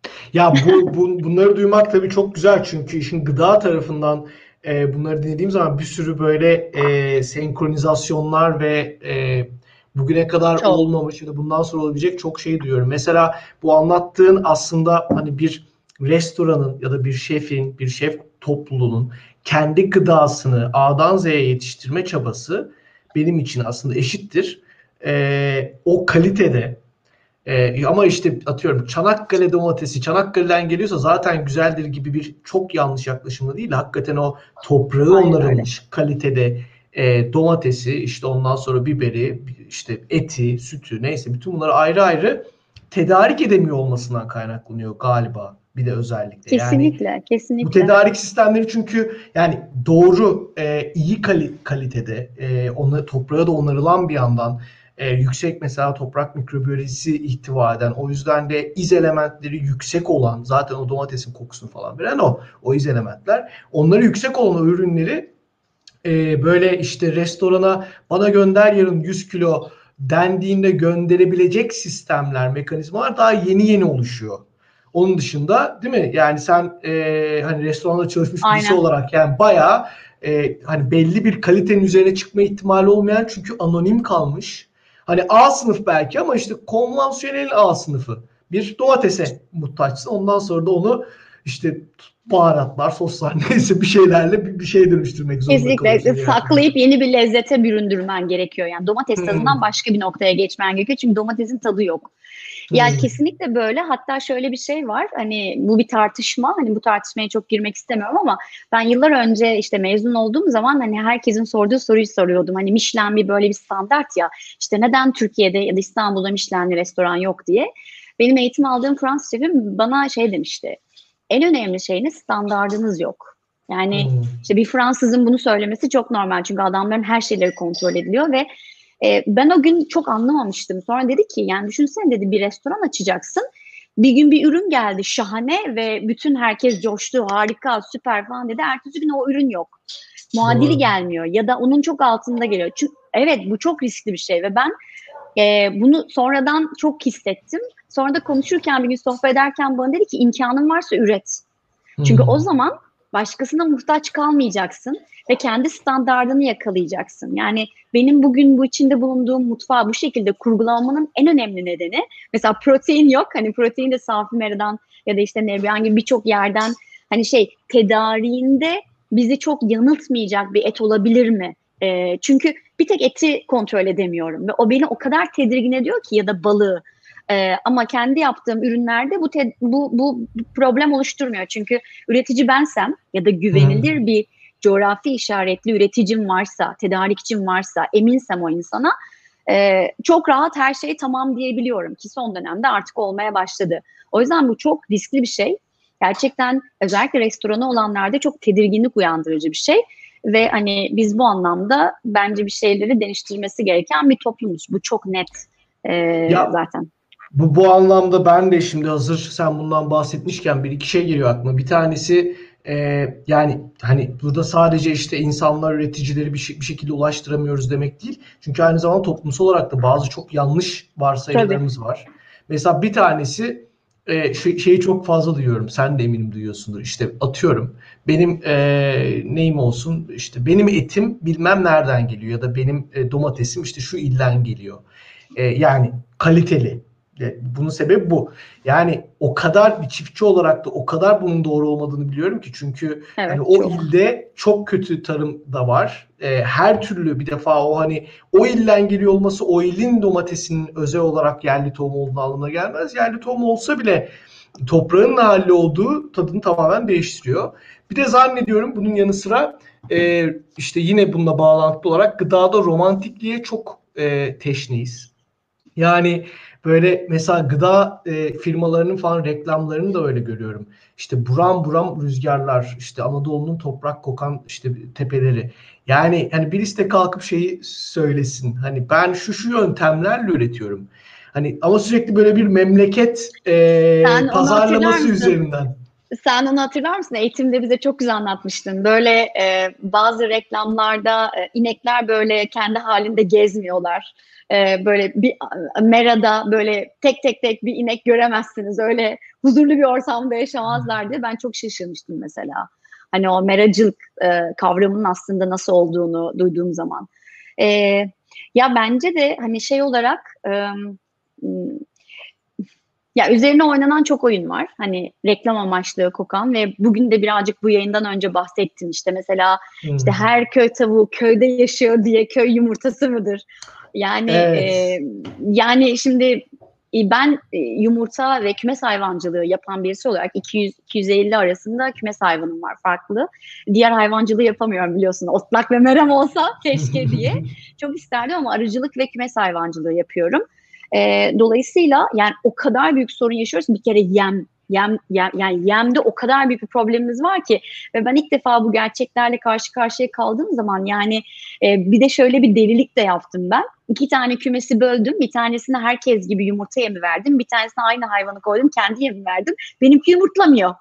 Ya bu, bu bunları duymak tabii çok güzel çünkü işin gıda tarafından e, bunları dinlediğim zaman bir sürü böyle e, senkronizasyonlar ve e, Bugüne kadar Çok. olmamış ya da bundan sonra olabilecek çok şey duyuyorum. Mesela bu anlattığın aslında hani bir restoranın ya da bir şefin, bir şef topluluğunun kendi gıdasını A'dan Z'ye yetiştirme çabası benim için aslında eşittir. Ee, o kalitede ee, ama işte atıyorum Çanakkale domatesi Çanakkale'den geliyorsa zaten güzeldir gibi bir çok yanlış yaklaşımda değil. Hakikaten o toprağı Aynen öyle. onarılmış kalitede e, domatesi, işte ondan sonra biberi, işte eti, sütü neyse bütün bunları ayrı ayrı tedarik edemiyor olmasından kaynaklanıyor galiba bir de özellikle. Yani Kesinlikle, bu kesinlikle. tedarik sistemleri çünkü yani doğru e, iyi kali, kalitede e, onu, toprağa da onarılan bir yandan e, yüksek mesela toprak mikrobiyolojisi ihtiva eden o yüzden de iz elementleri yüksek olan zaten o domatesin kokusunu falan veren o o iz elementler onları yüksek olan o ürünleri e, böyle işte restorana bana gönder yarın yüz kilo dendiğinde gönderebilecek sistemler, mekanizmalar daha yeni yeni oluşuyor. Onun dışında değil mi? Yani sen e, hani restoranda çalışmış birisi Aynen. olarak yani bayağı e, hani belli bir kalitenin üzerine çıkma ihtimali olmayan çünkü anonim kalmış. Hani A sınıf belki ama işte konvansiyonel A sınıfı. Bir domatese muhtaçsın. Ondan sonra da onu işte baharatlar, soslar neyse bir şeylerle bir, bir şey dönüştürmek zorunda kalıyorsun Kesinlikle diğer türlü. saklayıp yeni bir lezzete büründürmen gerekiyor. Yani domates tadından Hmm, başka bir noktaya geçmen gerekiyor. Çünkü domatesin tadı yok. Ya hmm, kesinlikle böyle. Hatta şöyle bir şey var. Hani bu bir tartışma. Hani bu tartışmaya çok girmek istemiyorum ama ben yıllar önce işte mezun olduğum zaman hani herkesin sorduğu soruyu soruyordum. Hani Michelin bir böyle bir standart ya. İşte neden Türkiye'de ya da İstanbul'da Michelin'li restoran yok diye. Benim eğitim aldığım Fransız şefim bana şey demişti. En önemli şeyiniz standardınız yok. Yani hmm. işte bir Fransızın bunu söylemesi çok normal. Çünkü adamların her şeyleri kontrol ediliyor ve e, ben o gün çok anlamamıştım. Sonra dedi ki yani düşünsene dedi bir restoran açacaksın. Bir gün bir ürün geldi şahane ve bütün herkes coştu harika süper falan dedi. Ertesi gün o ürün yok. Muadili Doğru. gelmiyor ya da onun çok altında geliyor. Çünkü evet bu çok riskli bir şey ve ben e, bunu sonradan çok hissettim. Sonra da konuşurken bir gün sohbet ederken bana dedi ki imkanın varsa üret. Çünkü o Hmm. zaman başkasına muhtaç kalmayacaksın ve kendi standardını yakalayacaksın. Yani benim bugün bu içinde bulunduğum mutfağı bu şekilde kurgulamamın en önemli nedeni mesela protein yok. Hani protein de Safi Mera'dan ya da işte Nevriyan gibi birçok yerden hani şey tedariğinde bizi çok yanıltmayacak bir et olabilir mi? E, çünkü bir tek eti kontrol edemiyorum ve o beni o kadar tedirgin ediyor ki ya da balığı. Ee, ama kendi yaptığım ürünlerde bu, te- bu bu problem oluşturmuyor. Çünkü üretici bensem ya da Hmm. güvenilir bir coğrafi işaretli üreticim varsa, tedarikçim varsa, eminsem o insana e, çok rahat her şey tamam diyebiliyorum ki son dönemde artık olmaya başladı. O yüzden bu çok riskli bir şey. Gerçekten özellikle restoranı olanlarda çok tedirginlik uyandırıcı bir şey. Ve hani biz bu anlamda bence bir şeyleri değiştirmesi gereken bir toplumuz. Bu çok net e, Ya zaten. bu, bu anlamda ben de şimdi hazır sen bundan bahsetmişken bir iki şey geliyor aklıma. Bir tanesi e, yani hani burada sadece işte insanlar üreticileri bir, şey, bir şekilde ulaştıramıyoruz demek değil. Çünkü aynı zamanda toplumsal olarak da bazı çok yanlış Tabii. varsayımlarımız var. Mesela bir tanesi e, şu, şeyi çok fazla duyuyorum. Sen de eminim duyuyorsundur. İşte atıyorum benim e, neyim olsun işte benim etim bilmem nereden geliyor ya da benim e, domatesim işte şu ilden geliyor. E, yani kaliteli. E, Bunun sebebi bu. Yani o kadar bir çiftçi olarak da o kadar bunun doğru olmadığını biliyorum ki çünkü hani Evet o çok. ilde çok kötü tarım da var. E, her türlü bir defa o hani o ilden geliyor olması o ilin domatesinin özel olarak yerli tohum olduğu anlamına gelmez. Yerli tohum olsa bile toprağın ne halde olduğu tadını tamamen değiştiriyor. Bir de zannediyorum bunun yanı sıra e, işte yine bununla bağlantılı olarak gıdada romantikliğe çok e, teşneyiz. Yani böyle mesela gıda e, firmalarının falan reklamlarını da öyle görüyorum. İşte buram buram rüzgarlar, işte Anadolu'nun toprak kokan işte tepeleri. Yani hani birisi de kalkıp şeyi söylesin. Hani ben şu şu yöntemlerle üretiyorum. Hani ama sürekli böyle bir memleket Sen e, onu hatırlar pazarlaması mısın? üzerinden. Sen onu hatırlar mısın? Eğitimde bize çok güzel anlatmıştın. Böyle e, bazı reklamlarda e, inekler böyle kendi halinde gezmiyorlar. E, böyle bir merada böyle tek tek tek bir inek göremezsiniz. Öyle huzurlu bir ortamda yaşamazlar diye ben çok şaşırmıştım mesela. Hani o meracılık e, kavramının aslında nasıl olduğunu duyduğum zaman. E, Ya bence de hani şey olarak e, ya üzerine oynanan çok oyun var. Hani reklam amaçlı kokan ve bugün de birazcık bu yayından önce bahsettim işte mesela işte Hmm. her köy tavuğu köyde yaşıyor diye köy yumurtası mıdır? Yani e, Evet. yani şimdi e, ben e, yumurta ve kümes hayvancılığı yapan birisi olarak iki yüz iki yüz elli arasında kümes hayvanım var farklı. Diğer hayvancılığı yapamıyorum biliyorsun. Otlak ve merem olsa keşke diye. Çok isterdim ama arıcılık ve kümes hayvancılığı yapıyorum. E, dolayısıyla yani o kadar büyük sorun yaşıyoruz. Bir kere yem, yem, yem yani yemde o kadar büyük bir problemimiz var ki ve ben ilk defa bu gerçeklerle karşı karşıya kaldığım zaman yani e, bir de şöyle bir delilik de yaptım ben. İki tane kümesi böldüm. Bir tanesine herkes gibi yumurta yemi verdim. Bir tanesine aynı hayvanı koydum. Kendi yemi verdim. Benimki yumurtlamıyor.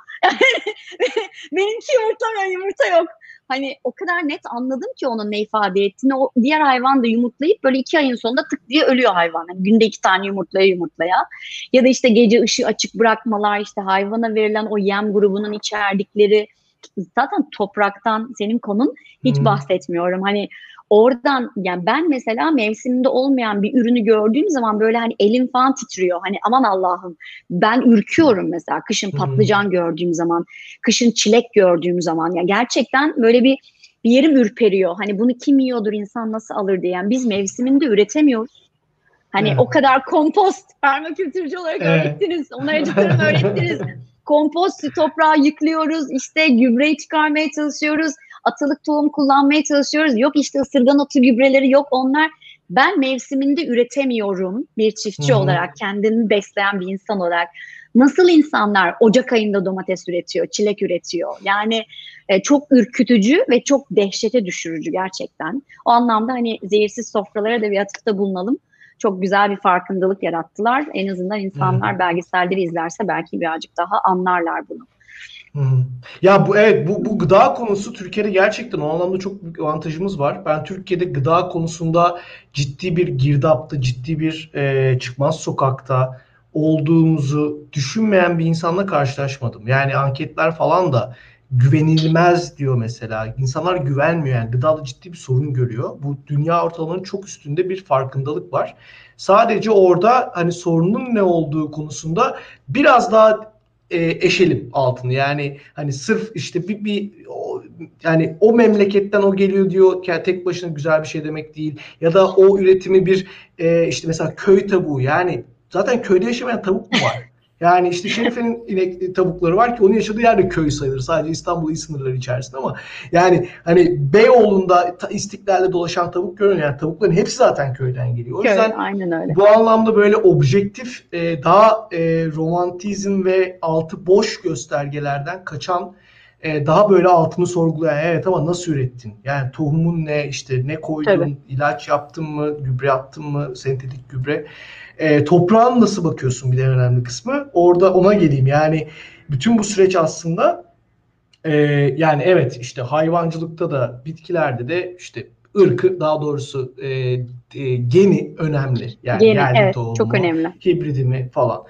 Benimki yumurtlamıyor. Yumurta yok. Hani o kadar net anladım ki onun ne ifade ettiğini. O diğer hayvan da yumurtlayıp böyle iki ayın sonunda tık diye ölüyor hayvan. Yani günde iki tane yumurtlaya yumurtlaya. Ya da işte gece ışığı açık bırakmalar, işte hayvana verilen o yem grubunun içerdikleri zaten topraktan senin konun hiç Hmm. bahsetmiyorum. Hani oradan yani ben mesela mevsiminde olmayan bir ürünü gördüğüm zaman böyle hani elim falan titriyor. Hani aman Allah'ım ben ürküyorum mesela kışın Hmm. patlıcan gördüğüm zaman, kışın çilek gördüğüm zaman ya gerçekten böyle bir bir yerim ürperiyor. Hani bunu kim yiyordur insan nasıl alır diye. Yani biz mevsiminde üretemiyoruz. Hani Evet. o kadar kompost, permakültürcü olarak Evet. öğrettiniz, onarıcı öğrettiniz. Kompost toprağı yıklıyoruz, işte gübreyi çıkarmaya çalışıyoruz, atılık tohum kullanmaya çalışıyoruz. Yok işte ısırgan otu gübreleri yok onlar. Ben mevsiminde üretemiyorum bir Hı çiftçi hı. olarak, kendimi besleyen bir insan olarak. Nasıl insanlar Ocak ayında domates üretiyor, çilek üretiyor? Yani e, çok ürkütücü ve çok dehşete düşürücü gerçekten. O anlamda hani zehirsiz sofralara da bir atıfta bulunalım. Çok güzel bir farkındalık yarattılar. En azından Evet. insanlar belgeselleri izlerse belki birazcık daha anlarlar bunu. Hı hı. Ya bu evet bu bu gıda konusu Türkiye'de gerçekten o anlamda çok büyük avantajımız var. Ben Türkiye'de gıda konusunda ciddi bir girdapta, ciddi bir e, çıkmaz sokakta olduğumuzu düşünmeyen bir insanla karşılaşmadım. Yani anketler falan da güvenilmez diyor mesela. İnsanlar güvenmiyor yani gıdada ciddi bir sorun görüyor. Bu dünya ortalamanın çok üstünde bir farkındalık var. Sadece orada hani sorunun ne olduğu konusunda biraz daha e, eşelim altını. Yani hani sırf işte bir, bir o, yani o memleketten o geliyor diyor ki tek başına güzel bir şey demek değil. Ya da o üretimi bir e, işte mesela köy tavuğu yani zaten köyde yaşamayan tavuk mu var? Yani işte Şerife'nin inek tavukları var ki onun yaşadığı yerde köy sayılır. Sadece İstanbul il sınırları içerisinde ama yani hani Beyoğlu'nda İstiklal'de dolaşan tavuk görünüyor. Yani tavukların hepsi zaten köyden geliyor. O Köy, yüzden aynen öyle. bu anlamda böyle objektif, e, daha e, romantizm ve altı boş göstergelerden kaçan, e, daha böyle altını sorgulayan, evet ama nasıl ürettin? Yani tohumun ne, işte ne Tabii. koydun, ilaç yaptın mı, gübre attın mı, sentetik gübre. E, toprağın nasıl bakıyorsun bir de önemli kısmı. Orada ona geleyim. Yani bütün bu süreç aslında ee, yani evet işte hayvancılıkta da bitkilerde de işte ırkı daha doğrusu e, e, geni önemli. Yani Gene, yerli evet, tohum çok mu, önemli. hibridi mi falan.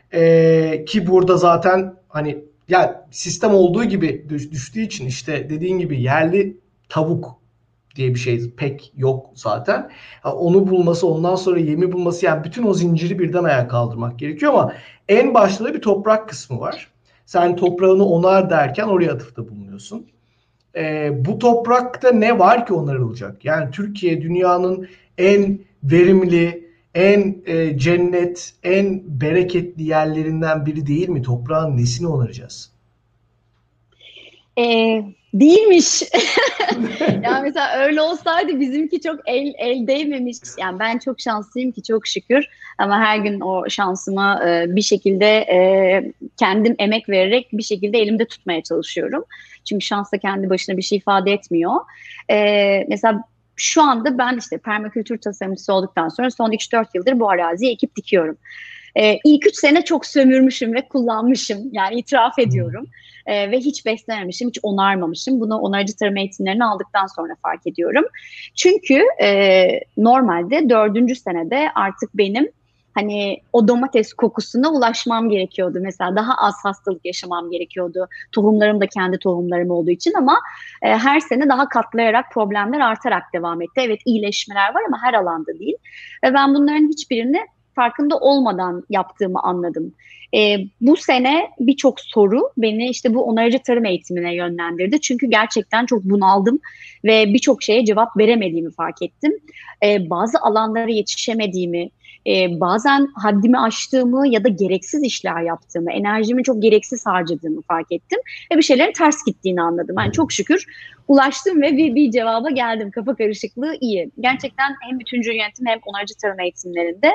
Ee, ki burada zaten hani ya sistem olduğu gibi düştüğü için işte dediğin gibi yerli tavuk diye bir şey pek yok zaten. Onu bulması, ondan sonra yemi bulması yani bütün o zinciri birden ayağa kaldırmak gerekiyor ama en başta da bir toprak kısmı var. Sen toprağını onar derken oraya atıfta bulunuyorsun. Ee, bu toprakta ne var ki onarılacak? Yani Türkiye dünyanın en verimli, en e, cennet, en bereketli yerlerinden biri değil mi? Toprağın nesini onaracağız? Ee, Değilmiş. Yani mesela öyle olsaydı bizimki çok el, el değmemiş. Yani ben çok şanslıyım ki çok şükür. Ama her gün o şansımı e, bir şekilde e, kendim emek vererek bir şekilde elimde tutmaya çalışıyorum. Çünkü şans da kendi başına bir şey ifade etmiyor. E, mesela şu anda ben işte permakültür tasarımcısı olduktan sonra son üç dört yıldır bu araziye ekip dikiyorum. Ee, ilk üç sene çok sömürmüşüm ve kullanmışım. Yani itiraf Hmm. ediyorum. Ee, ve hiç beslememişim, hiç onarmamışım. Bunu onarıcı tarım eğitimlerini aldıktan sonra fark ediyorum. Çünkü e, normalde dördüncü senede artık benim hani o domates kokusuna ulaşmam gerekiyordu. Mesela daha az hastalık yaşamam gerekiyordu. Tohumlarım da kendi tohumlarım olduğu için ama e, her sene daha katlayarak problemler artarak devam etti. Evet, iyileşmeler var ama her alanda değil. Ve ben bunların hiçbirini farkında olmadan yaptığımı anladım. E, bu sene birçok soru beni işte bu onarıcı tarım eğitimine yönlendirdi. Çünkü gerçekten çok bunaldım ve birçok şeye cevap veremediğimi fark ettim. E, bazı alanlara yetişemediğimi, e, bazen haddimi aştığımı ya da gereksiz işler yaptığımı, enerjimi çok gereksiz harcadığımı fark ettim ve bir şeylerin ters gittiğini anladım. Yani çok şükür ulaştım ve bir, bir cevaba geldim. Kafa karışıklığı iyi. Gerçekten hem bütüncül yönetim hem onarıcı tarım eğitimlerinde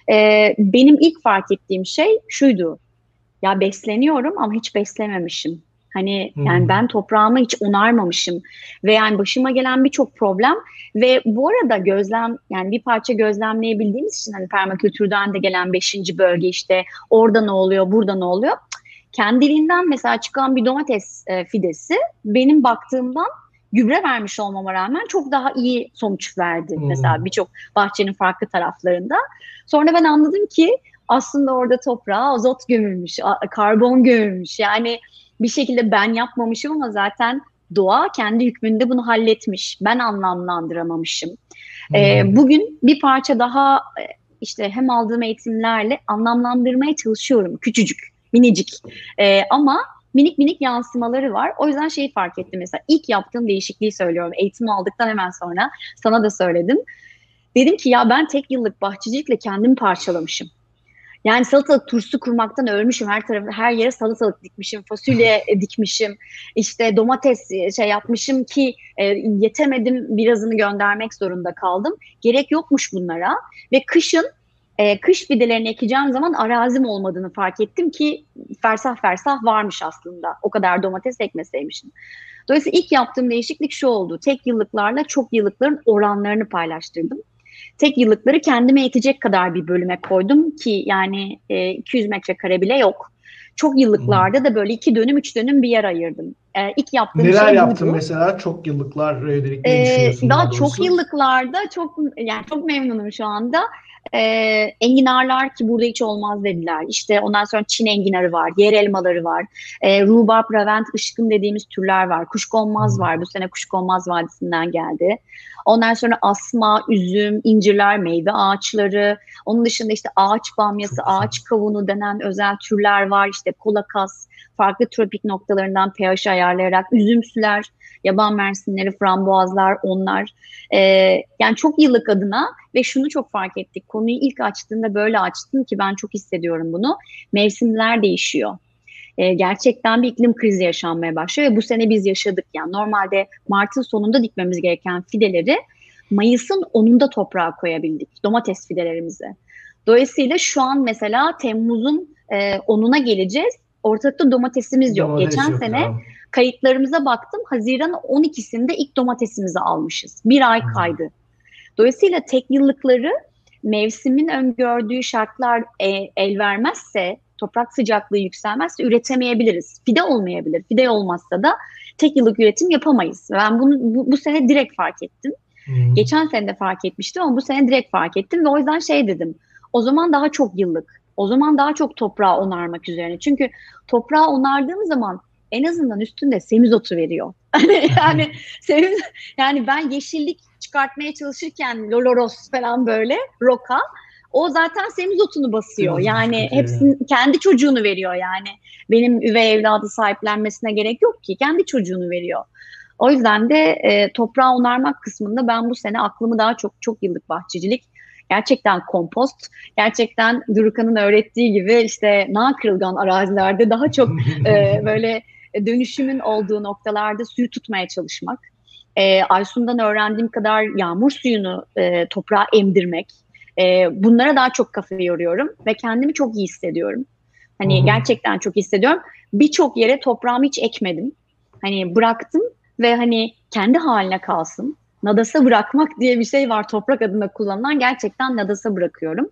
e, benim ilk fark ettiğim şey şuydu. Ya besleniyorum ama hiç beslememişim. Hani yani Hmm. ben toprağımı hiç onarmamışım ve yani başıma gelen birçok problem ve bu arada gözlem yani bir parça gözlemleyebildiğimiz için hani permakültürden de gelen beşinci bölge işte orada ne oluyor, burada ne oluyor? Kendiliğinden mesela çıkan bir domates e, fidesi benim baktığımdan gübre vermiş olmama rağmen çok daha iyi sonuç verdi. Mesela Hmm. birçok bahçenin farklı taraflarında. Sonra ben anladım ki aslında orada toprağa azot gömülmüş, karbon gömülmüş. Yani bir şekilde ben yapmamışım ama zaten doğa kendi hükmünde bunu halletmiş. Ben anlamlandıramamışım. Ee, Hmm. bugün bir parça daha e, işte hem aldığım eğitimlerle anlamlandırmaya çalışıyorum. Küçücük, minicik. Ee, ama minik minik yansımaları var. O yüzden şeyi fark ettim mesela. İlk yaptığım değişikliği söylüyorum. Eğitimi aldıktan hemen sonra sana da söyledim. Dedim ki ya ben tek yıllık bahçecilikle kendimi parçalamışım. Yani salatalık turşusu kurmaktan ölmüşüm. Her tarafı, her yere salatalık dikmişim, fasulye e, dikmişim. İşte domates e, şey yapmışım ki e, yetemedim, birazını göndermek zorunda kaldım. Gerek yokmuş bunlara. Ve kışın e, kış fidelerini ekeceğim zaman arazim olmadığını fark ettim ki fersah fersah varmış aslında. O kadar domates ekmeseymişim. Dolayısıyla ilk yaptığım değişiklik şu oldu. Tek yıllıklarla çok yıllıkların oranlarını paylaştırdım. Tek yıllıkları kendime yetecek kadar bir bölüme koydum ki yani e, iki yüz metrekare bile yok. Çok Hmm. yıllıklarda da böyle iki dönüm, üç dönüm bir yer ayırdım. E, ilk yaptığım Neler şey yaptın buydu. mesela? Çok yıllıklar yönelik ne Ee, düşünüyorsun daha daha çok doğrusu? yıllıklarda çok yani çok memnunum şu anda. Ee, enginarlar ki burada hiç olmaz dediler. İşte ondan sonra Çin enginarı var, yer elmaları var. Ee, rhubarb, ravent, ışkın dediğimiz türler var. Kuşkonmaz Hmm. var. Bu sene Kuşkonmaz Vadisi'nden geldi. Ondan sonra asma, üzüm, incirler, meyve ağaçları. Onun dışında işte ağaç bamyası, Çok güzel. ağaç kavunu denen özel türler var. İşte kolakas, farklı tropik noktalarından pH ayarlayarak üzümsüler. Yaban mersinleri, frambuazlar, onlar. Ee, yani çok yıllık adına ve şunu çok fark ettik. Konuyu ilk açtığında böyle açtım ki ben çok hissediyorum bunu. Mevsimler değişiyor. Ee, gerçekten bir iklim krizi yaşanmaya başlıyor ve bu sene biz yaşadık. Yani normalde Mart'ın sonunda dikmemiz gereken fideleri Mayıs'ın onunda toprağa koyabildik. Domates fidelerimizi. Dolayısıyla şu an mesela Temmuz'un e, onuna geleceğiz. Ortalıkta domatesimiz yok. Domates Geçen yok sene ya. kayıtlarımıza baktım. Haziran on ikisinde ilk domatesimizi almışız. Bir ay Hmm. kaydı. Dolayısıyla tek yıllıkları mevsimin öngördüğü şartlar e, el vermezse, toprak sıcaklığı yükselmezse üretemeyebiliriz. Fide olmayabilir. Fide olmazsa da tek yıllık üretim yapamayız. Ben bunu bu, bu sene direkt fark ettim. Hmm. Geçen sene de fark etmiştim ama bu sene direkt fark ettim ve o yüzden şey dedim. O zaman daha çok yıllık. O zaman daha çok toprağı onarmak üzerine. Çünkü toprağı onardığım zaman en azından üstünde semizotu veriyor. yani semiz, yani ben yeşillik çıkartmaya çalışırken loloros falan böyle roka o zaten semizotunu basıyor. Semizotu Yani çıkartıyor ya. hepsinin kendi çocuğunu veriyor yani. Benim üvey evladı sahiplenmesine gerek yok ki. Kendi çocuğunu veriyor. O yüzden de e, toprağı onarmak kısmında ben bu sene aklımı daha çok çok yıllık bahçecilik, gerçekten kompost, gerçekten Durukan'ın öğrettiği gibi işte nağ kırılgan arazilerde daha çok e, böyle dönüşümün olduğu noktalarda suyu tutmaya çalışmak. E, Aysun'dan öğrendiğim kadar yağmur suyunu e, toprağa emdirmek. E, bunlara daha çok kafa yoruyorum ve kendimi çok iyi hissediyorum. Hı Hani hı. gerçekten çok hissediyorum. Birçok yere toprağımı hiç ekmedim. Hani bıraktım ve hani kendi haline kalsın. Nadasa bırakmak diye bir şey var toprak adına kullanılan. Gerçekten nadasa bırakıyorum.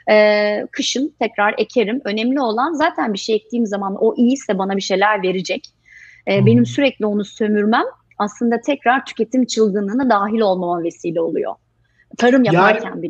Ee, kışın tekrar ekerim. Önemli olan zaten bir şey ektiğim zaman o iyiyse bana bir şeyler verecek. Hı Ee, hı. benim sürekli onu sömürmem aslında tekrar tüketim çılgınlığına dahil olmama vesile oluyor. Tarım Yani yaparken bile.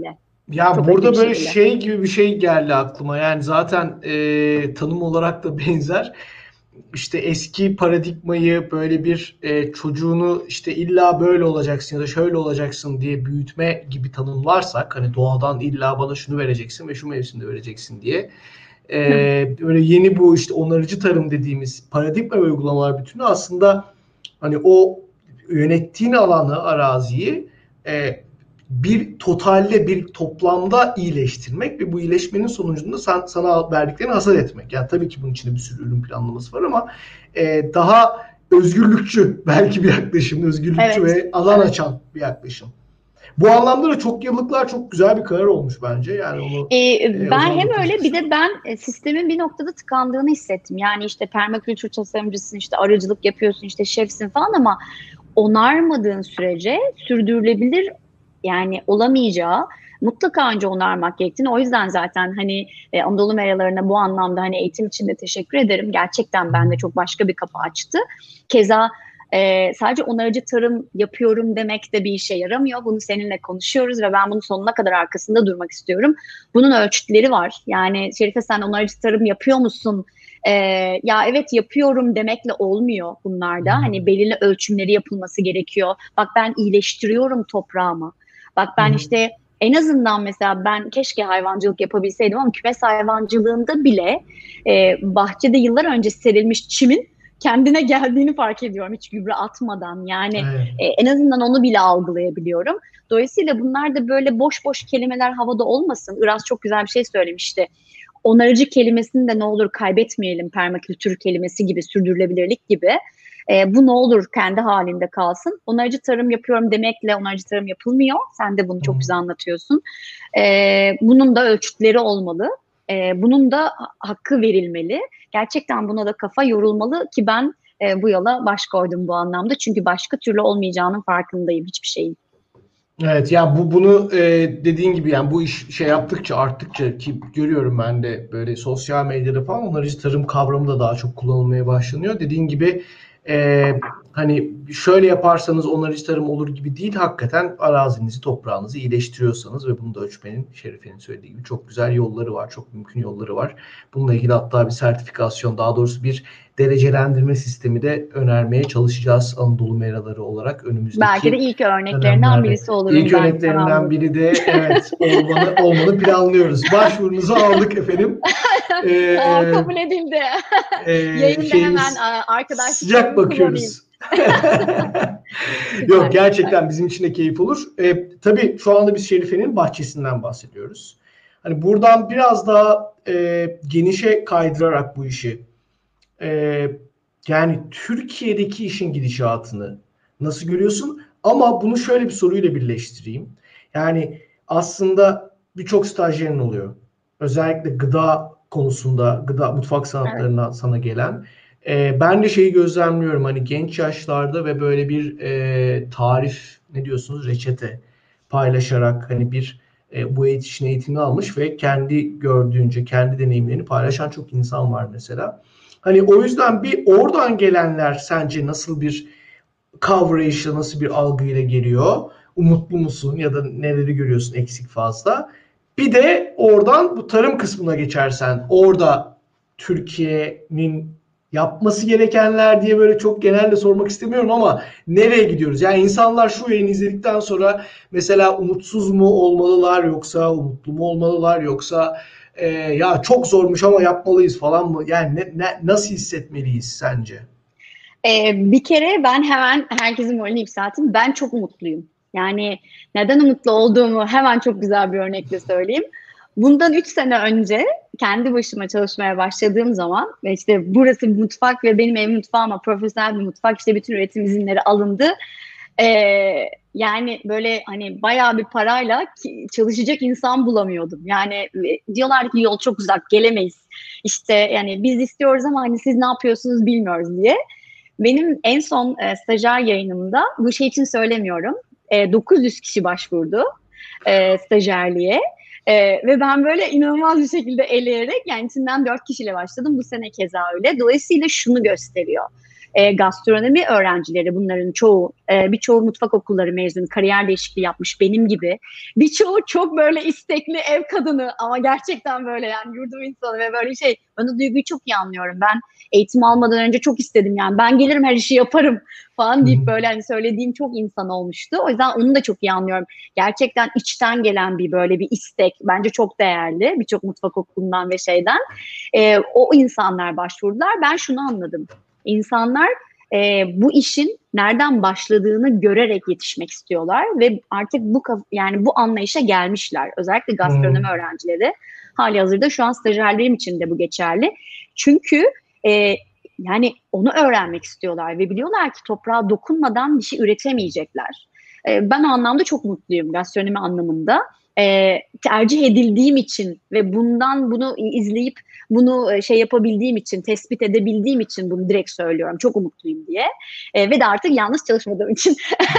Ya Çok hızlı bir burada böyle şekilde. şey gibi bir şey geldi aklıma. Yani zaten e, tanım olarak da benzer. İşte eski paradigmayı böyle bir e, çocuğunu işte illa böyle olacaksın ya da şöyle olacaksın diye büyütme gibi tanımlarsak, hani doğadan illa bana şunu vereceksin ve şu mevsimde vereceksin diye e, böyle yeni bu işte onarıcı tarım dediğimiz paradigma ve uygulamalar bütünü aslında hani o yönettiğin alanı, araziyi e, bir totalde, bir toplamda iyileştirmek ve bu iyileşmenin sonucunda sen, sana verdiklerini hasat etmek. Yani tabii ki bunun içinde bir sürü ürün planlaması var ama e, daha özgürlükçü belki bir yaklaşım, özgürlükçü Evet, ve alan evet. açan bir yaklaşım. Bu anlamda da çok yıllıklar çok güzel bir karar olmuş bence. Yani onu Ee, e, o ben zaman hem da öyle bir konuşuruz. de ben e, sistemin bir noktada tıkandığını hissettim. Yani işte permakültür tasarımcısın, işte arıcılık yapıyorsun, işte şefsin falan ama onarmadığın sürece sürdürülebilir yani olamayacağı mutlaka önce onarmak gerektiğini. O yüzden zaten hani e, Anadolu Meralarına bu anlamda hani eğitim için de teşekkür ederim. Gerçekten bende çok başka bir kapı açtı. Keza e, sadece onarıcı tarım yapıyorum demek de bir işe yaramıyor. Bunu seninle konuşuyoruz ve ben bunun sonuna kadar arkasında durmak istiyorum. Bunun ölçütleri var. Yani Şerife sen onarıcı tarım yapıyor musun? Ee, ya evet yapıyorum demekle olmuyor bunlarda. Hani belirli ölçümleri yapılması gerekiyor. Bak ben iyileştiriyorum toprağımı. Bak Hı ben hı. işte en azından mesela ben keşke hayvancılık yapabilseydim ama kümes hayvancılığında bile e, bahçede yıllar önce serilmiş çimin kendine geldiğini fark ediyorum hiç gübre atmadan. Yani Evet. e, en azından onu bile algılayabiliyorum. Dolayısıyla bunlar da böyle boş boş kelimeler havada olmasın. Iraz çok güzel bir şey söylemişti. Onarıcı kelimesini de ne olur kaybetmeyelim, permakültür kelimesi gibi, sürdürülebilirlik gibi. E, bu ne olur kendi halinde kalsın. Onarıcı tarım yapıyorum demekle onarıcı tarım yapılmıyor. Sen de bunu Hı çok hı. güzel anlatıyorsun. E, bunun da ölçütleri olmalı. E, bunun da hakkı verilmeli. Gerçekten buna da kafa yorulmalı ki ben e, bu yola baş koydum bu anlamda. Çünkü başka türlü olmayacağının farkındayım hiçbir şeyin. Evet ya bu bunu e, dediğin gibi yani bu iş şey yaptıkça arttıkça ki görüyorum ben de böyle sosyal medyada falan onarıcı tarım kavramı da daha çok kullanılmaya başlanıyor. Dediğin gibi e, hani şöyle yaparsanız onarıcı tarım olur gibi değil. Hakikaten arazinizi, toprağınızı iyileştiriyorsanız ve bunu da ölçmenin, Şerife'nin söylediği gibi çok güzel yolları var, çok mümkün yolları var. Bununla ilgili hatta bir sertifikasyon, daha doğrusu bir derecelendirme sistemi de önermeye çalışacağız Anadolu Meraları olarak Belki de önümüzdeki ilk örneklerinden dönemlerde. birisi olurum İlk ben. örneklerinden Tamamdır. biri de evet olmanı olmanı planlıyoruz. Başvurunuzu aldık efendim. Tamam Ee, kabul edildi. e, Yayında hemen şeyimiz e, sıcak arkadaşlıklarımı kullanayım. bakıyoruz. Yok Süper, süper. gerçekten bizim için de keyif olur. Ee, tabii şu anda biz Şerife'nin bahçesinden bahsediyoruz. Hani buradan biraz daha e, genişe kaydırarak bu işi e, yani Türkiye'deki işin gidişatını nasıl görüyorsun? Ama bunu şöyle bir soruyla birleştireyim. Yani aslında birçok stajyerin oluyor. Özellikle gıda konusunda, gıda mutfak Evet. sanatlarından sana gelen. E, ben de şeyi gözlemliyorum hani genç yaşlarda ve böyle bir e, tarif ne diyorsunuz reçete paylaşarak hani bir e, bu işin eğitimini almış ve kendi gördüğünce kendi deneyimlerini paylaşan çok insan var mesela. Hani o yüzden bir oradan gelenler sence nasıl bir coverage, nasıl bir algıyla geliyor? Umutlu musun ya da neleri görüyorsun eksik fazla? Bir de oradan bu tarım kısmına geçersen orada Türkiye'nin yapması gerekenler diye böyle çok genelde sormak istemiyorum ama nereye gidiyoruz? Yani insanlar şu yayını izledikten sonra mesela umutsuz mu olmalılar yoksa umutlu mu olmalılar yoksa e, ya çok zormuş ama yapmalıyız falan mı? Yani ne, ne, nasıl hissetmeliyiz sence? Ee, bir kere ben hemen herkesin moralini yükselteyim. Ben çok mutluyum. Yani neden umutlu olduğumu hemen çok güzel bir örnekle söyleyeyim. Bundan üç sene önce kendi başıma çalışmaya başladığım zaman ve işte burası bir mutfak ve benim ev mutfağım ama profesyonel bir mutfak işte bütün üretim izinleri alındı. Ee, yani böyle hani bayağı bir parayla ki- çalışacak insan bulamıyordum. Yani e, diyorlar ki yol çok uzak gelemeyiz. İşte yani biz istiyoruz ama hani siz ne yapıyorsunuz bilmiyoruz diye. Benim en son e, stajyer yayınımda bu şey için söylemiyorum. E, dokuz yüz kişi başvurdu e, stajyerliğe. E, ve ben böyle inanılmaz bir şekilde eleyerek yani içinden dört kişiyle başladım. Bu sene keza öyle. Dolayısıyla şunu gösteriyor. e, gastronomi öğrencileri, bunların çoğu, e, birçoğu mutfak okulları mezunu, kariyer değişikliği yapmış benim gibi. Birçoğu çok böyle istekli ev kadını ama gerçekten böyle yani yurdum insanı ve böyle şey, ben o duyguyu çok iyi anlıyorum. Ben eğitim almadan önce çok istedim yani, ben gelirim her işi yaparım falan deyip böyle hani söylediğim çok insan olmuştu. O yüzden onu da çok iyi anlıyorum. Gerçekten içten gelen bir böyle bir istek bence çok değerli. Birçok mutfak okulundan ve şeyden. E, o insanlar başvurdular. Ben şunu anladım. İnsanlar e, bu işin nereden başladığını görerek yetişmek istiyorlar ve artık bu yani bu anlayışa gelmişler. Özellikle gastronomi hmm. öğrencileri. Halihazırda şu an stajyerlerim için de bu geçerli. Çünkü e, yani onu öğrenmek istiyorlar ve biliyorlar ki toprağa dokunmadan bir şey üretemeyecekler. E, ben o anlamda çok mutluyum, gastronomi anlamında. E, tercih edildiğim için ve bundan bunu izleyip bunu şey yapabildiğim için, tespit edebildiğim için bunu direkt söylüyorum. Çok umutluyum diye. E, ve de artık yalnız çalışmadığım için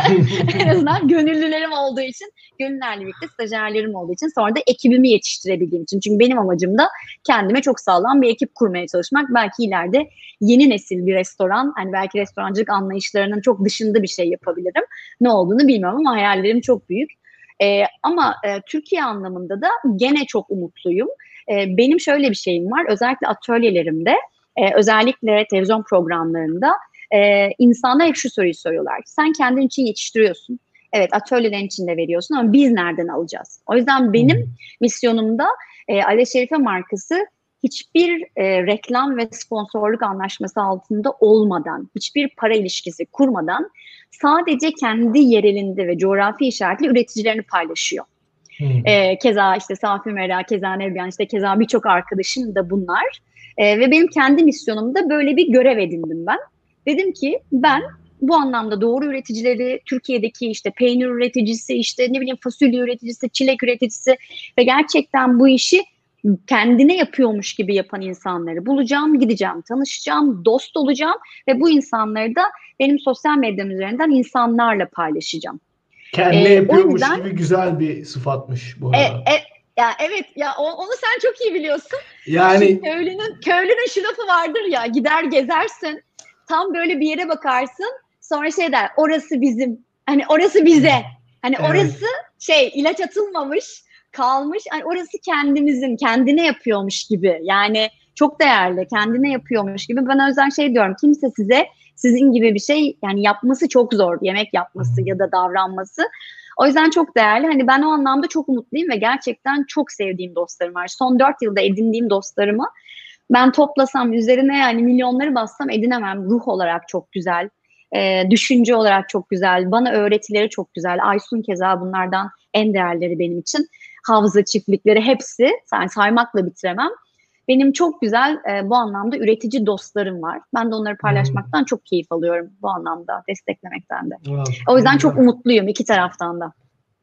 en azından gönüllülerim olduğu için, gönüllerle birlikte stajyerlerim olduğu için, sonra da ekibimi yetiştirebildiğim için. Çünkü benim amacım da kendime çok sağlam bir ekip kurmaya çalışmak. Belki ileride yeni nesil bir restoran, hani belki restorancılık anlayışlarının çok dışında bir şey yapabilirim. Ne olduğunu bilmiyorum ama hayallerim çok büyük. Ee, ama e, Türkiye anlamında da gene çok umutluyum. Ee, benim şöyle bir şeyim var, özellikle atölyelerimde, e, özellikle televizyon programlarında e, insanlar hep şu soruyu soruyorlar. Sen kendin için yetiştiriyorsun. Evet, atölyelerin içinde veriyorsun ama biz nereden alacağız? O yüzden benim hmm. misyonumda e, Ale Şerife markası hiçbir e, reklam ve sponsorluk anlaşması altında olmadan, hiçbir para ilişkisi kurmadan sadece kendi yerelinde ve coğrafi işaretli üreticilerini paylaşıyor. Hmm. E, keza işte Safi Mera, keza Nevbiyan, işte keza birçok arkadaşım da bunlar. E, ve benim kendi misyonumda böyle bir görev edindim ben. Dedim ki ben bu anlamda doğru üreticileri, Türkiye'deki işte peynir üreticisi, işte ne bileyim fasulye üreticisi, çilek üreticisi ve gerçekten bu işi kendine yapıyormuş gibi yapan insanları bulacağım, gideceğim, tanışacağım, dost olacağım ve bu insanları da benim sosyal medyam üzerinden insanlarla paylaşacağım. Kendine ee, yapıyormuş yüzden, gibi güzel bir sıfatmış bu arada. E, e, ya evet ya onu sen çok iyi biliyorsun. Yani Şimdi köylünün köylünün şu lafı vardır ya, gider gezersin, tam böyle bir yere bakarsın, sonra şey der, orası bizim. Hani orası bize. Hani evet. Orası şey, ilaç atılmamış, kalmış. Yani orası kendimizin, kendine yapıyormuş gibi. Yani çok değerli, kendine yapıyormuş gibi. Ben o yüzden şey diyorum, kimse size sizin gibi bir şey yani yapması çok zor. Yemek yapması ya da davranması. O yüzden çok değerli. Hani ben o anlamda çok mutluyum ve gerçekten çok sevdiğim dostlarım var. Son dört yılda edindiğim dostlarımı ben toplasam, üzerine yani milyonları bassam edinemem. Ruh olarak çok güzel. E, düşünce olarak çok güzel. Bana öğretileri çok güzel. Aysun keza bunlardan en değerleri benim için. Havza çiftlikleri hepsi, yani saymakla bitiremem. Benim çok güzel e, bu anlamda üretici dostlarım var. Ben de onları paylaşmaktan hmm. çok keyif alıyorum bu anlamda, desteklemekten de. Evet, o yüzden çok umutluyum iki taraftan da.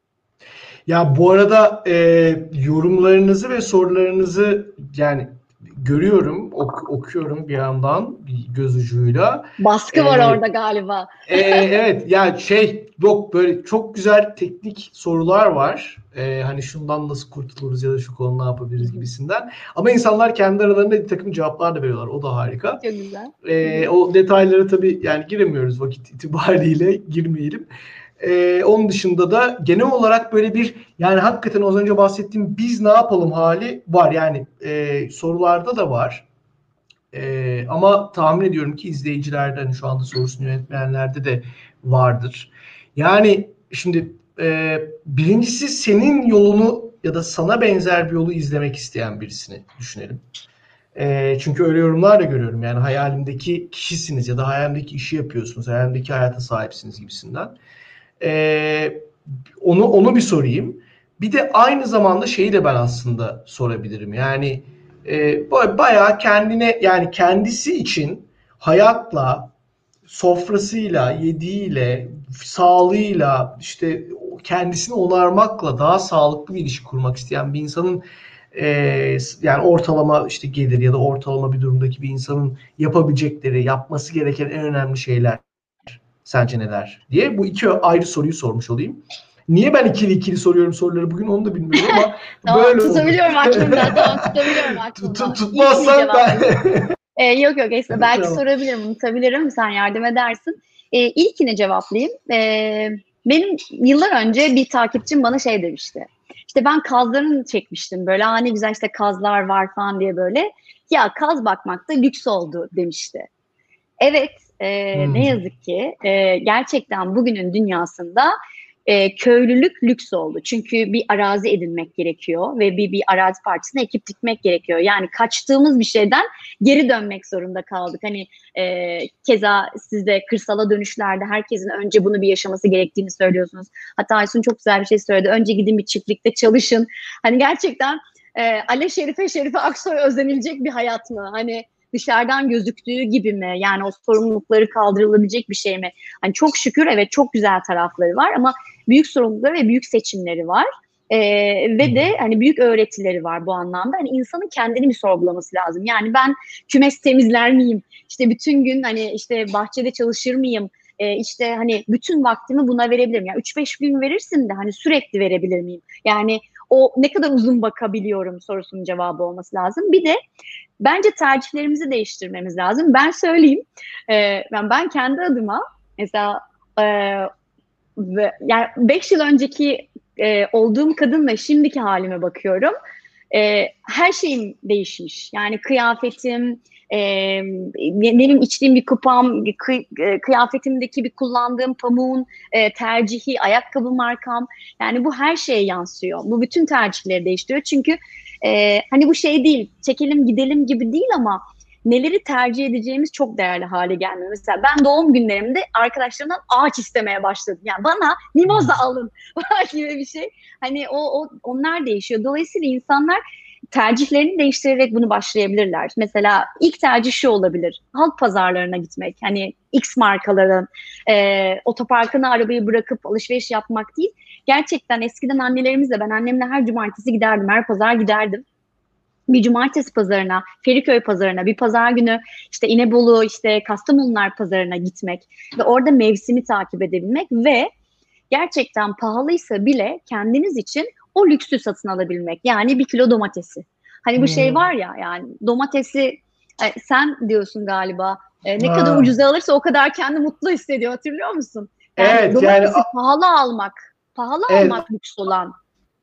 Ya bu arada e, yorumlarınızı ve sorularınızı yani görüyorum, ok, okuyorum bir yandan bir göz ucuyla. Baskı ee, var orada galiba. e, evet ya şey yok, böyle çok güzel teknik sorular var. Ee, hani şundan nasıl kurtuluruz ya da şu konu ne yapabiliriz gibisinden. Ama insanlar kendi aralarında bir takım cevaplar da veriyorlar. O da harika. Çok güzel. Ee, o detaylara tabii yani giremiyoruz, vakit itibariyle girmeyelim. Ee, onun dışında da genel olarak böyle bir yani hakikaten az önce bahsettiğim biz ne yapalım hali var. Yani e, sorularda da var. E, ama tahmin ediyorum ki izleyicilerde hani şu anda sorusunu yönetmeyenlerde de vardır. Yani şimdi e, birincisi senin yolunu ya da sana benzer bir yolu izlemek isteyen birisini düşünelim. E, çünkü öyle yorumlar da görüyorum. Yani hayalimdeki kişisiniz ya da hayalimdeki işi yapıyorsunuz, hayalimdeki hayata sahipsiniz gibisinden. Ee, onu onu bir sorayım. Bir de aynı zamanda şeyi de ben aslında sorabilirim. Yani e, bayağı kendine yani kendisi için hayatla, sofrasıyla, yediğiyle, sağlığıyla, işte kendisini onarmakla daha sağlıklı bir ilişki kurmak isteyen bir insanın e, yani ortalama işte gelir ya da ortalama bir durumdaki bir insanın yapabilecekleri, yapması gereken en önemli şeyler sence neler diye bu iki ayrı soruyu sormuş olayım. Niye ben ikili ikili soruyorum soruları bugün onu da bilmiyorum ama tamam, böyle tutabiliyorum aklımda. Tamam, tutabiliyorum aklımda. Tut, tutmazsan ben E, yok yok Esra, belki Tamam. sorabilirim, unutabilirim. Sen yardım edersin. E, ilkini cevaplayayım. E, benim yıllar önce bir takipçim bana şey demişti. İşte ben kazlarını çekmiştim. Böyle aa ne güzel işte kazlar var falan diye böyle. Ya kaz bakmak da lüks oldu demişti. Evet, e, ne Hmm. yazık ki e, gerçekten bugünün dünyasında e, köylülük lüks oldu. Çünkü bir arazi edinmek gerekiyor ve bir, bir arazi parçasına ekip dikmek gerekiyor. Yani kaçtığımız bir şeyden geri dönmek zorunda kaldık. Hani e, keza siz de kırsala dönüşlerde herkesin önce bunu bir yaşaması gerektiğini söylüyorsunuz. Hatta Aysun çok güzel bir şey söyledi. Önce gidin bir çiftlikte çalışın. Hani gerçekten e, Ale Şerife Şerife Aksoy özlenilecek bir hayat mı? Hani dışarıdan gözüktüğü gibi mi? Yani o sorumlulukları kaldırılabilecek bir şey mi? Hani çok şükür evet çok güzel tarafları var ama büyük sorumlulukları ve büyük seçimleri var. Ee, ve de hani büyük öğretileri var bu anlamda. Hani insanın kendini mi sorgulaması lazım? Yani ben kümes temizler miyim? İşte bütün gün hani işte bahçede çalışır mıyım? Ee, işte hani bütün vaktimi buna verebilirim. Yani üç beş gün verirsin de hani sürekli verebilir miyim? Yani o ne kadar uzun bakabiliyorum sorusunun cevabı olması lazım. Bir de bence tercihlerimizi değiştirmemiz lazım. Ben söyleyeyim. E, ben, ben kendi adıma mesela e, ve, yani beş yıl önceki e, olduğum kadınla şimdiki halime bakıyorum. E, her şeyim değişmiş. Yani kıyafetim, e, benim içtiğim bir kupam, kı, e, kıyafetimdeki bir kullandığım pamuğun e, tercihi, ayakkabı markam. Yani bu her şeye yansıyor. Bu bütün tercihleri değiştiriyor. Çünkü e, hani bu şey değil, çekelim gidelim gibi değil ama neleri tercih edeceğimiz çok değerli hale gelmiyor. Mesela ben doğum günlerimde arkadaşlarımdan ağaç istemeye başladım. Yani bana mimoza alın gibi bir şey. Hani o, o onlar değişiyor. Dolayısıyla insanlar tercihlerini değiştirerek bunu başlayabilirler. Mesela ilk tercih şu olabilir. Halk pazarlarına gitmek. Hani X markaların e, otoparkına arabayı bırakıp alışveriş yapmak değil. Gerçekten eskiden annelerimizle, ben annemle her cumartesi giderdim, her pazar giderdim. Bir cumartesi pazarına, Feriköy pazarına, bir pazar günü işte İnebolu, işte Kastamonular pazarına gitmek ve orada mevsimi takip edebilmek ve gerçekten pahalıysa bile kendiniz için o lüksü satın alabilmek. Yani bir kilo domatesi. Hani bu şey Hmm. var ya, yani domatesi e, sen diyorsun galiba e, ne kadar Ha. ucuza alırsa o kadar kendi mutlu hissediyor, hatırlıyor musun? Yani Evet yani domatesi a- pahalı almak, pahalı evet, almak lüks olan.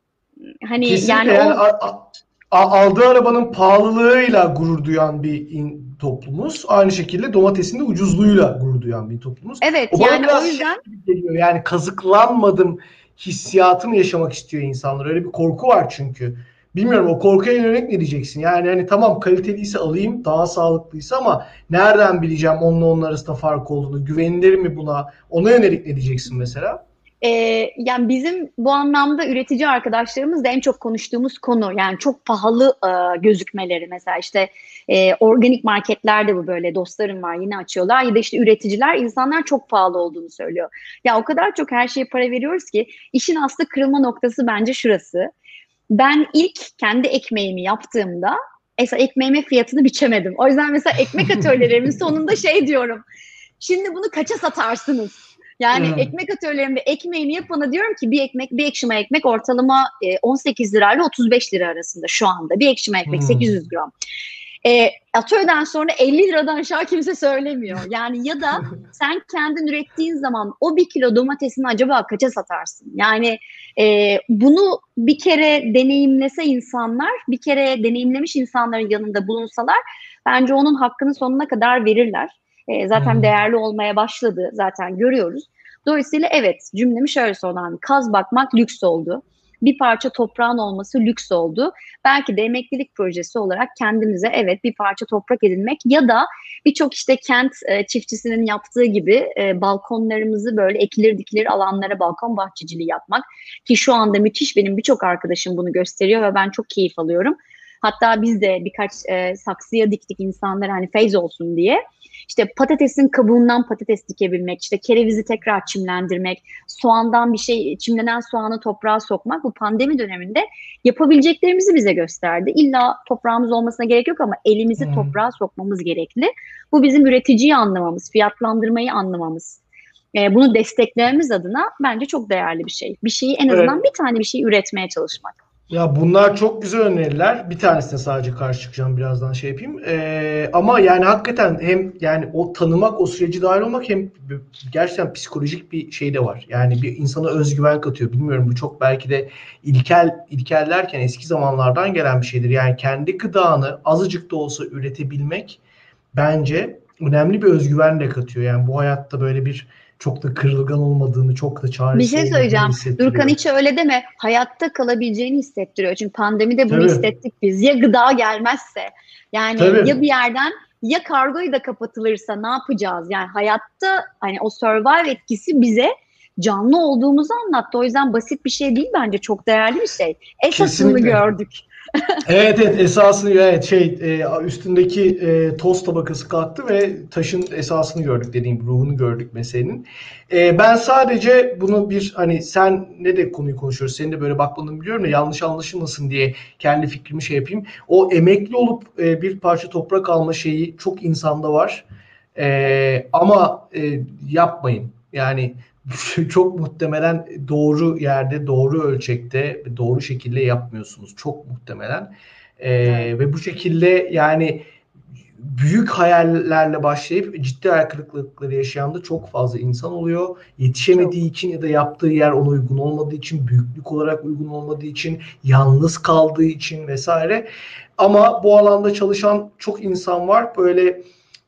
Hani kesinlikle yani yani o a- a- a- aldığı arabanın pahalılığıyla gurur duyan bir in- toplumuz. Aynı şekilde domatesin de ucuzluğuyla gurur duyan bir toplumuz. evet O bana yani o biraz şey yüzden gibi geliyor. Yani kazıklanmadım hissiyatını yaşamak istiyor insanlar. Öyle bir korku var çünkü. Bilmiyorum, o korkuya yönelik ne diyeceksin? Yani hani tamam, kaliteliyse alayım, daha sağlıklıysa ama nereden bileceğim onunla onun arasında fark olduğunu? Güvenilir mi buna? Ona yönelik ne diyeceksin mesela? e, yani bizim bu anlamda üretici arkadaşlarımızla en çok konuştuğumuz konu yani çok pahalı e, gözükmeleri. Mesela işte e, organik marketlerde bu böyle, dostlarım var yine açıyorlar, ya da işte üreticiler, insanlar çok pahalı olduğunu söylüyor. Ya o kadar çok her şeye para veriyoruz ki işin aslı kırılma noktası bence şurası. Ben ilk kendi ekmeğimi yaptığımda mesela ekmeğimin fiyatını biçemedim. O yüzden mesela ekmek atölyelerimin sonunda şey diyorum. Şimdi bunu kaça satarsınız? Yani Hmm. ekmek atölyelerinde ekmeğini yapana diyorum ki bir ekmek, bir ekşime ekmek ortalama e, on sekiz lirayla otuz beş lira arasında şu anda. Bir ekşime ekmek sekiz Hmm. yüz gram. E, atölyeden sonra elli liradan aşağı kimse söylemiyor. Yani ya da sen kendin ürettiğin zaman o bir kilo domatesini acaba kaça satarsın? Yani e, bunu bir kere deneyimlese insanlar, bir kere deneyimlemiş insanların yanında bulunsalar bence onun hakkını sonuna kadar verirler. E, zaten Hmm. değerli olmaya başladı, zaten görüyoruz. Dolayısıyla evet, cümlemi şöyle sonlandırayım. Kaz bakmak lüks oldu. Bir parça toprağın olması lüks oldu. Belki de emeklilik projesi olarak kendimize evet bir parça toprak edinmek ya da birçok işte kent e, çiftçisinin yaptığı gibi e, balkonlarımızı böyle ekilir dikilir alanlara balkon bahçeciliği yapmak, ki şu anda müthiş, benim birçok arkadaşım bunu gösteriyor ve ben çok keyif alıyorum. Hatta biz de birkaç e, saksıya diktik, insanlar hani feyz olsun diye. İşte patatesin kabuğundan patates dikebilmek, işte kerevizi tekrar çimlendirmek, soğandan bir şey, çimlenen soğanı toprağa sokmak bu pandemi döneminde yapabileceklerimizi bize gösterdi. İlla toprağımız olmasına gerek yok ama elimizi Hmm. toprağa sokmamız gerekli. Bu bizim üreticiyi anlamamız, fiyatlandırmayı anlamamız, e, bunu desteklememiz adına bence çok değerli bir şey. Bir şeyi, en azından Evet. bir tane bir şey üretmeye çalışmak. Ya bunlar çok güzel öneriler. Bir tanesine sadece karşı çıkacağım, birazdan şey yapayım. Ee, ama yani hakikaten hem yani o tanımak, o süreci dahil olmak, hem gerçekten psikolojik bir şey de var. Yani bir insana özgüven katıyor. Bilmiyorum, bu çok belki de ilkel ilkel derken eski zamanlardan gelen bir şeydir. Yani kendi gıdanı azıcık da olsa üretebilmek bence önemli bir özgüven de katıyor. Yani bu hayatta böyle bir çok da kırılgan olmadığını, çok da Bir çaresiz şey olmadığını söyleyeceğim. Durkan, hissettiriyor. hiç öyle deme. Hayatta kalabileceğini hissettiriyor. Çünkü pandemide bunu Tabii, hissettik biz. Ya gıda gelmezse, yani ya tabii. bir yerden, ya kargoyu da kapatılırsa ne yapacağız? Yani hayatta hani o survive etkisi bize canlı olduğumuzu anlattı. O yüzden basit bir şey değil bence. Çok değerli bir şey. Esasını Kesinlikle. gördük. Evet, evet, esasını, evet, şey, e, üstündeki e, toz tabakası kalktı ve taşın esasını gördük, dediğim gibi ruhunu gördük meselenin. E, ben sadece bunu bir, hani sen ne de konuyu konuşuyoruz, senin de böyle bakmadığını biliyorum da yanlış anlaşılmasın diye kendi fikrimi şey yapayım. O emekli olup e, bir parça toprak alma şeyi çok insanda var. E, ama e, yapmayın. Yani çok muhtemelen doğru yerde, doğru ölçekte, doğru şekilde yapmıyorsunuz. Çok muhtemelen. Ee, Evet, ve bu şekilde yani büyük hayallerle başlayıp ciddi hayal kırıklıkları yaşayan da çok fazla insan oluyor. Yetişemediği çok. için ya da yaptığı yer ona uygun olmadığı için, büyüklük olarak uygun olmadığı için, yalnız kaldığı için vesaire. Ama bu alanda çalışan çok insan var. Böyle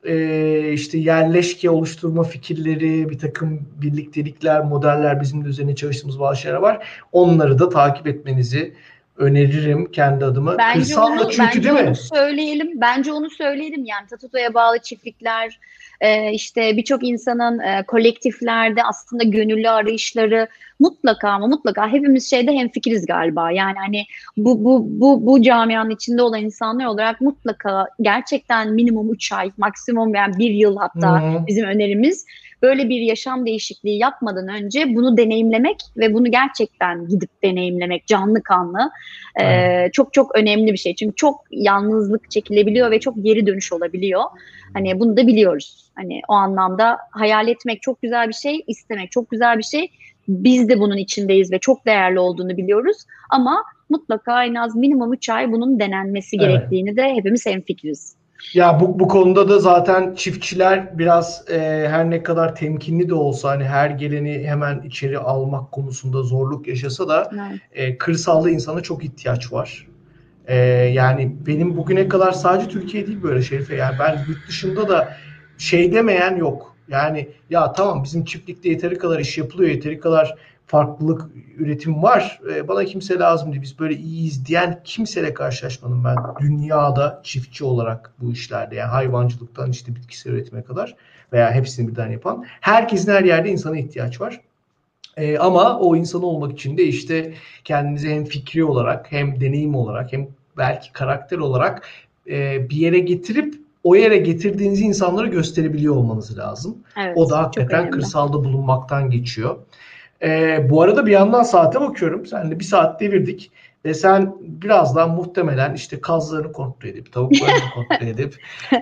e, işte yerleşke oluşturma fikirleri, bir takım birliktelikler, modeller, bizim de üzerine çalıştığımız bazı şeyler var. Onları da takip etmenizi öneririm kendi adıma. Bence Kırsalla onu çünkü, bence değil onu mi? söyleyelim. Bence onu söyleyelim. Yani Tatuto'ya bağlı çiftlikler, e, işte birçok insanın e, kolektiflerde aslında gönüllü arayışları, mutlaka ama mutlaka hepimiz şeyde hemfikiriz galiba. Yani hani bu bu bu bu camianın içinde olan insanlar olarak mutlaka gerçekten minimum üç ay, maksimum yani bir yıl, Hı hatta hı. bizim önerimiz böyle bir yaşam değişikliği yapmadan önce bunu deneyimlemek ve bunu gerçekten gidip deneyimlemek canlı kanlı. Evet. Ee, çok çok önemli bir şey. Çünkü çok yalnızlık çekilebiliyor ve çok geri dönüş olabiliyor. Hani bunu da biliyoruz. Hani o anlamda hayal etmek çok güzel bir şey, istemek çok güzel bir şey. Biz de bunun içindeyiz ve çok değerli olduğunu biliyoruz. Ama mutlaka en az minimum üç ay bunun denenmesi Evet. gerektiğini de hepimiz hemfikiriz. Ya bu, bu konuda da zaten çiftçiler biraz e, her ne kadar temkinli de olsa, hani her geleni hemen içeri almak konusunda zorluk yaşasa da Evet. e, kırsalda insana çok ihtiyaç var. E, yani benim bugüne kadar, sadece Türkiye değil böyle Şerife, yani ben yurt dışında da şey demeyen yok. Yani ya tamam, bizim çiftlikte yeteri kadar iş yapılıyor, yeteri kadar farklılık, üretim var. E, bana kimse lazım değil, biz böyle iyiyiz diyen kimseyle karşılaşmadım ben dünyada çiftçi olarak bu işlerde. Yani hayvancılıktan işte bitkisel üretime kadar veya hepsini birden yapan. Herkesin her yerde insana ihtiyaç var. E, ama o insan olmak için de işte kendinizi hem fikri olarak, hem deneyim olarak, hem belki karakter olarak e, bir yere getirip o yere getirdiğiniz insanları gösterebiliyor olmanız lazım. O da Evet, çok hakikaten önemli. kırsalda bulunmaktan geçiyor. E, bu arada bir yandan saate bakıyorum. Seninle bir saat devirdik. Ve sen birazdan muhtemelen işte kazlarını kontrol edip, tavuklarını kontrol edip,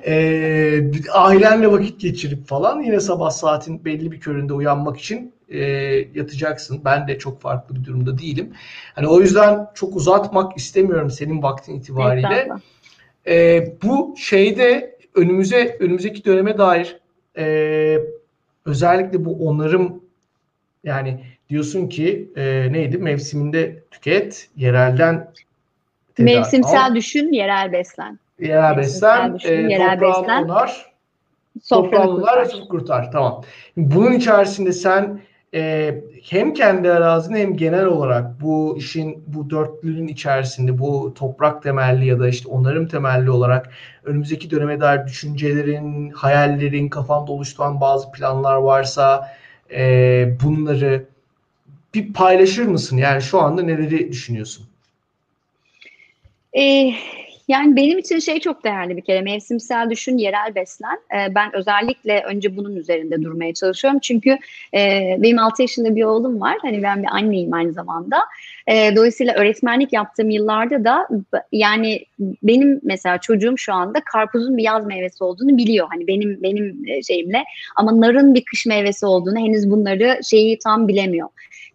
e, ailenle vakit geçirip falan, yine sabah saatin belli bir köründe uyanmak için e, yatacaksın. Ben de çok farklı bir durumda değilim. Hani o yüzden çok uzatmak istemiyorum senin vaktin itibariyle. Estağfurullah. E, bu şeyde önümüze önümüzdeki döneme dair e, özellikle bu onarım, yani diyorsun ki e, neydi? Mevsiminde tüket, yerelden tedarik al, Mevsimsel düşün, yerel beslen. yerel Mevsimsel beslen, düşün, e, yerel toprağını beslen, onar, sofranı toprağını onar ve kurtar. su kurtar. Tamam. Bunun içerisinde sen e, hem kendi arazini hem genel olarak bu işin, bu dörtlünün içerisinde, bu toprak temelli ya da işte onarım temelli olarak önümüzdeki döneme dair düşüncelerin, hayallerin, kafanda oluşturan bazı planlar varsa e, bunları bir paylaşır mısın? Yani şu anda neleri düşünüyorsun? Ee, Yani benim için şey çok değerli bir kere. Mevsimsel düşün, yerel beslen. Ee, ben özellikle önce bunun üzerinde durmaya çalışıyorum. Çünkü e, benim altı yaşında bir oğlum var. Hani ben bir anneyim aynı zamanda. Ee, dolayısıyla öğretmenlik yaptığım yıllarda da b- yani benim mesela çocuğum şu anda karpuzun bir yaz meyvesi olduğunu biliyor. Hani benim benim e, şeyimle, ama narın bir kış meyvesi olduğunu, henüz bunları şeyi tam bilemiyor.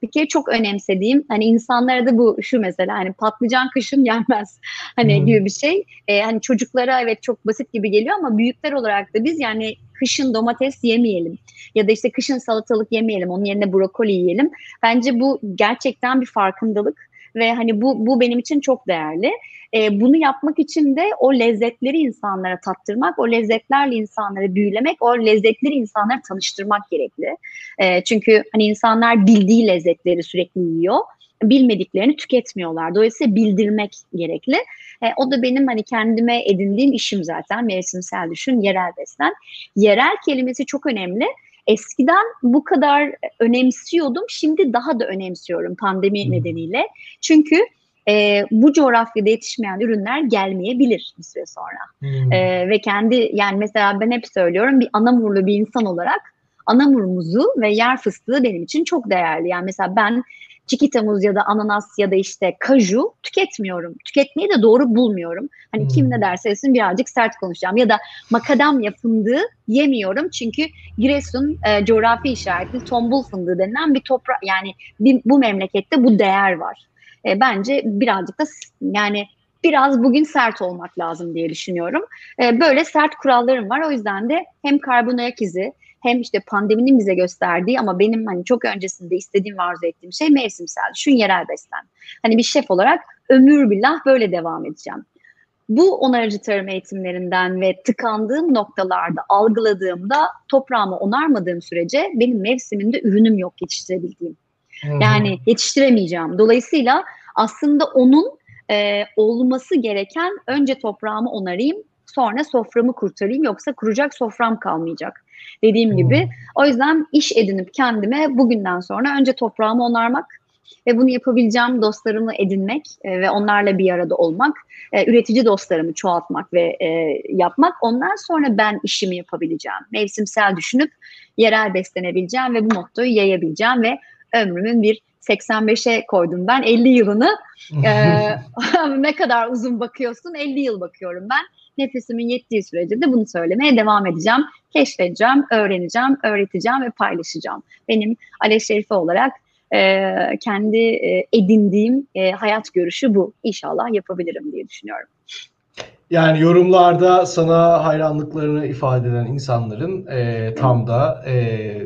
Bir kere çok önemsediğim, hani insanlara da bu şu mesela, hani patlıcan kışın yenmez hani Hmm. gibi bir şey. E, hani çocuklara evet çok basit gibi geliyor ama büyükler olarak da biz yani kışın domates yemeyelim ya da işte kışın salatalık yemeyelim, onun yerine brokoli yiyelim. Bence bu gerçekten bir farkındalık ve hani bu bu benim için çok değerli. E, bunu yapmak için de o lezzetleri insanlara tattırmak, o lezzetlerle insanları büyülemek, o lezzetleri insanlara tanıştırmak gerekli. E, çünkü hani insanlar bildiği lezzetleri sürekli yiyor, bilmediklerini tüketmiyorlar. Dolayısıyla bildirmek gerekli. E, o da benim hani kendime edindiğim işim zaten. Mevsimsel düşün, yerel beslen. Yerel kelimesi çok önemli. Eskiden bu kadar önemsiyordum, şimdi daha da önemsiyorum pandemi Hmm. nedeniyle. Çünkü e, bu coğrafyada yetişmeyen ürünler gelmeyebilir bir süre sonra. Hmm. E, ve kendi, yani mesela ben hep söylüyorum, bir Anamurlu bir insan olarak Anamur muzu ve yer fıstığı benim için çok değerli. Yani mesela ben çikita muz ya da ananas ya da işte kaju tüketmiyorum. Tüketmeyi de doğru bulmuyorum. Hani kim ne Hmm. derse desin birazcık sert konuşacağım. Ya da makadamya fındığı yemiyorum çünkü Giresun e, coğrafi işaretli tombul fındığı denilen bir toprak, yani bir, bu memlekette bu değer var. E, bence birazcık da yani biraz bugün sert olmak lazım diye düşünüyorum. E, böyle sert kurallarım var. O yüzden de hem karbon ayak izi hem işte pandeminin bize gösterdiği ama benim hani çok öncesinde istediğim ve arzu ettiğim şey mevsimsel düşün, yerel beslen. Hani bir şef olarak ömür billah böyle devam edeceğim. Bu onarıcı tarım eğitimlerinden ve tıkandığım noktalarda algıladığımda toprağımı onarmadığım sürece benim mevsiminde ürünüm yok yetiştirebildiğim. Hmm. Yani yetiştiremeyeceğim. Dolayısıyla aslında onun e, olması gereken, önce toprağımı onarayım, sonra soframı kurtarayım, yoksa kuracak sofram kalmayacak. Dediğim Hmm. gibi. O yüzden iş edinip kendime bugünden sonra önce toprağımı onarmak ve bunu yapabileceğim dostlarımı edinmek e, ve onlarla bir arada olmak, e, üretici dostlarımı çoğaltmak ve e, yapmak. Ondan sonra ben işimi yapabileceğim. Mevsimsel düşünüp yerel beslenebileceğim ve bu mottoyu yayabileceğim ve ömrümün bir seksen beşe koydum ben. elli yılını e, ne kadar uzun bakıyorsun? elli yıl bakıyorum ben. Nefesimin yettiği sürece de bunu söylemeye devam edeceğim. Keşfedeceğim, öğreneceğim, öğreteceğim ve paylaşacağım. Benim Alev Şerife olarak e, kendi e, edindiğim e, hayat görüşü bu. İnşallah yapabilirim diye düşünüyorum. Yani yorumlarda sana hayranlıklarını ifade eden insanların e, tam da e,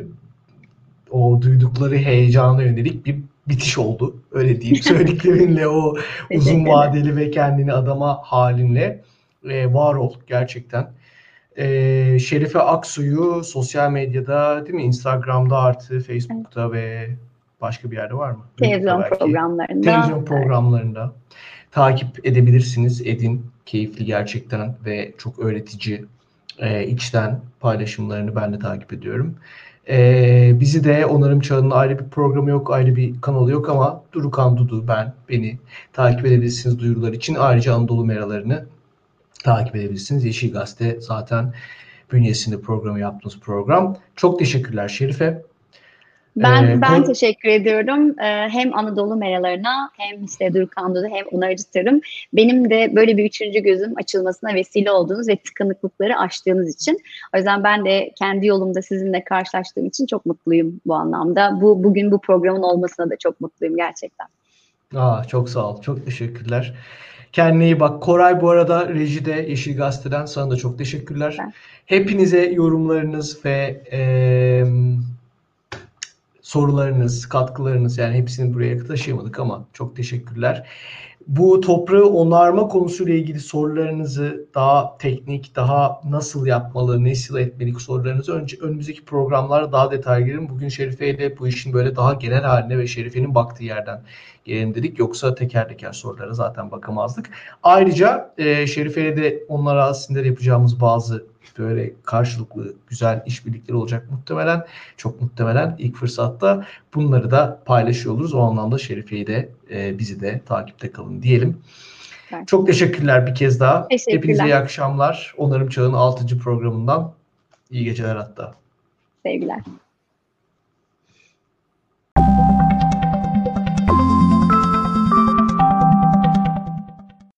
o duydukları heyecana yönelik bir bitiş oldu. Öyle diyeyim. Söylediklerinle o uzun Teşekkür ederim. vadeli ve kendini adama halinle e, var ol gerçekten. E, Şerife Aksu'yu sosyal medyada, değil mi? Instagram'da artı Evet. Facebook'ta ve başka bir yerde var mı? YouTube'da Televizyon belki. programlarında Televizyon evet. programlarında takip edebilirsiniz. Edin. Keyifli gerçekten ve çok öğretici, e, içten paylaşımlarını ben de takip ediyorum. E, bizi de Onarım Çağı'nın ayrı bir programı yok, ayrı bir kanalı yok ama Durukan Dudu, ben, beni takip edebilirsiniz duyurular için. Ayrıca Anadolu Meralarını takip edebilirsiniz. Yeşil Gazete zaten bünyesinde programı yaptığımız program. Çok teşekkürler Şerife. E, Ben ben kon- teşekkür ediyorum. Ee, hem Anadolu meralarına hem işte Durkan Dudu hem onarıcı tarım. Benim de böyle bir üçüncü gözüm açılmasına vesile olduğunuz ve tıkanıklıkları aştığınız için. O yüzden ben de kendi yolumda sizinle karşılaştığım için çok mutluyum bu anlamda. Bu bugün bu programın olmasına da çok mutluyum gerçekten. Aa, çok sağ ol. Çok teşekkürler. Kendine iyi bak. Koray bu arada rejide Yeşil Gazete'den sana da çok teşekkürler. Ben. Hepinize yorumlarınız ve eee sorularınız, katkılarınız, yani hepsini buraya taşıyamadık ama çok teşekkürler. Bu toprağı onarma konusuyla ilgili sorularınızı, daha teknik, daha nasıl yapmalı, nasıl etmelik sorularınızı önce önümüzdeki programlarda daha detaylı girelim. Bugün Şerife ile bu işin böyle daha genel haline ve Şerife'nin baktığı yerden gelelim dedik. Yoksa teker teker sorulara zaten bakamazdık. Ayrıca e, Şerife ile de onlara aslında yapacağımız bazı böyle karşılıklı güzel işbirlikleri olacak muhtemelen. Çok muhtemelen ilk fırsatta bunları da paylaşıyor oluruz. O anlamda Şerife'yi de e, bizi de takipte kalın diyelim. Ben. Çok teşekkürler bir kez daha. Hepinize Teşekkürler. iyi akşamlar. Onarım Çağı'nın altıncı programından iyi geceler hatta. Sevgiler.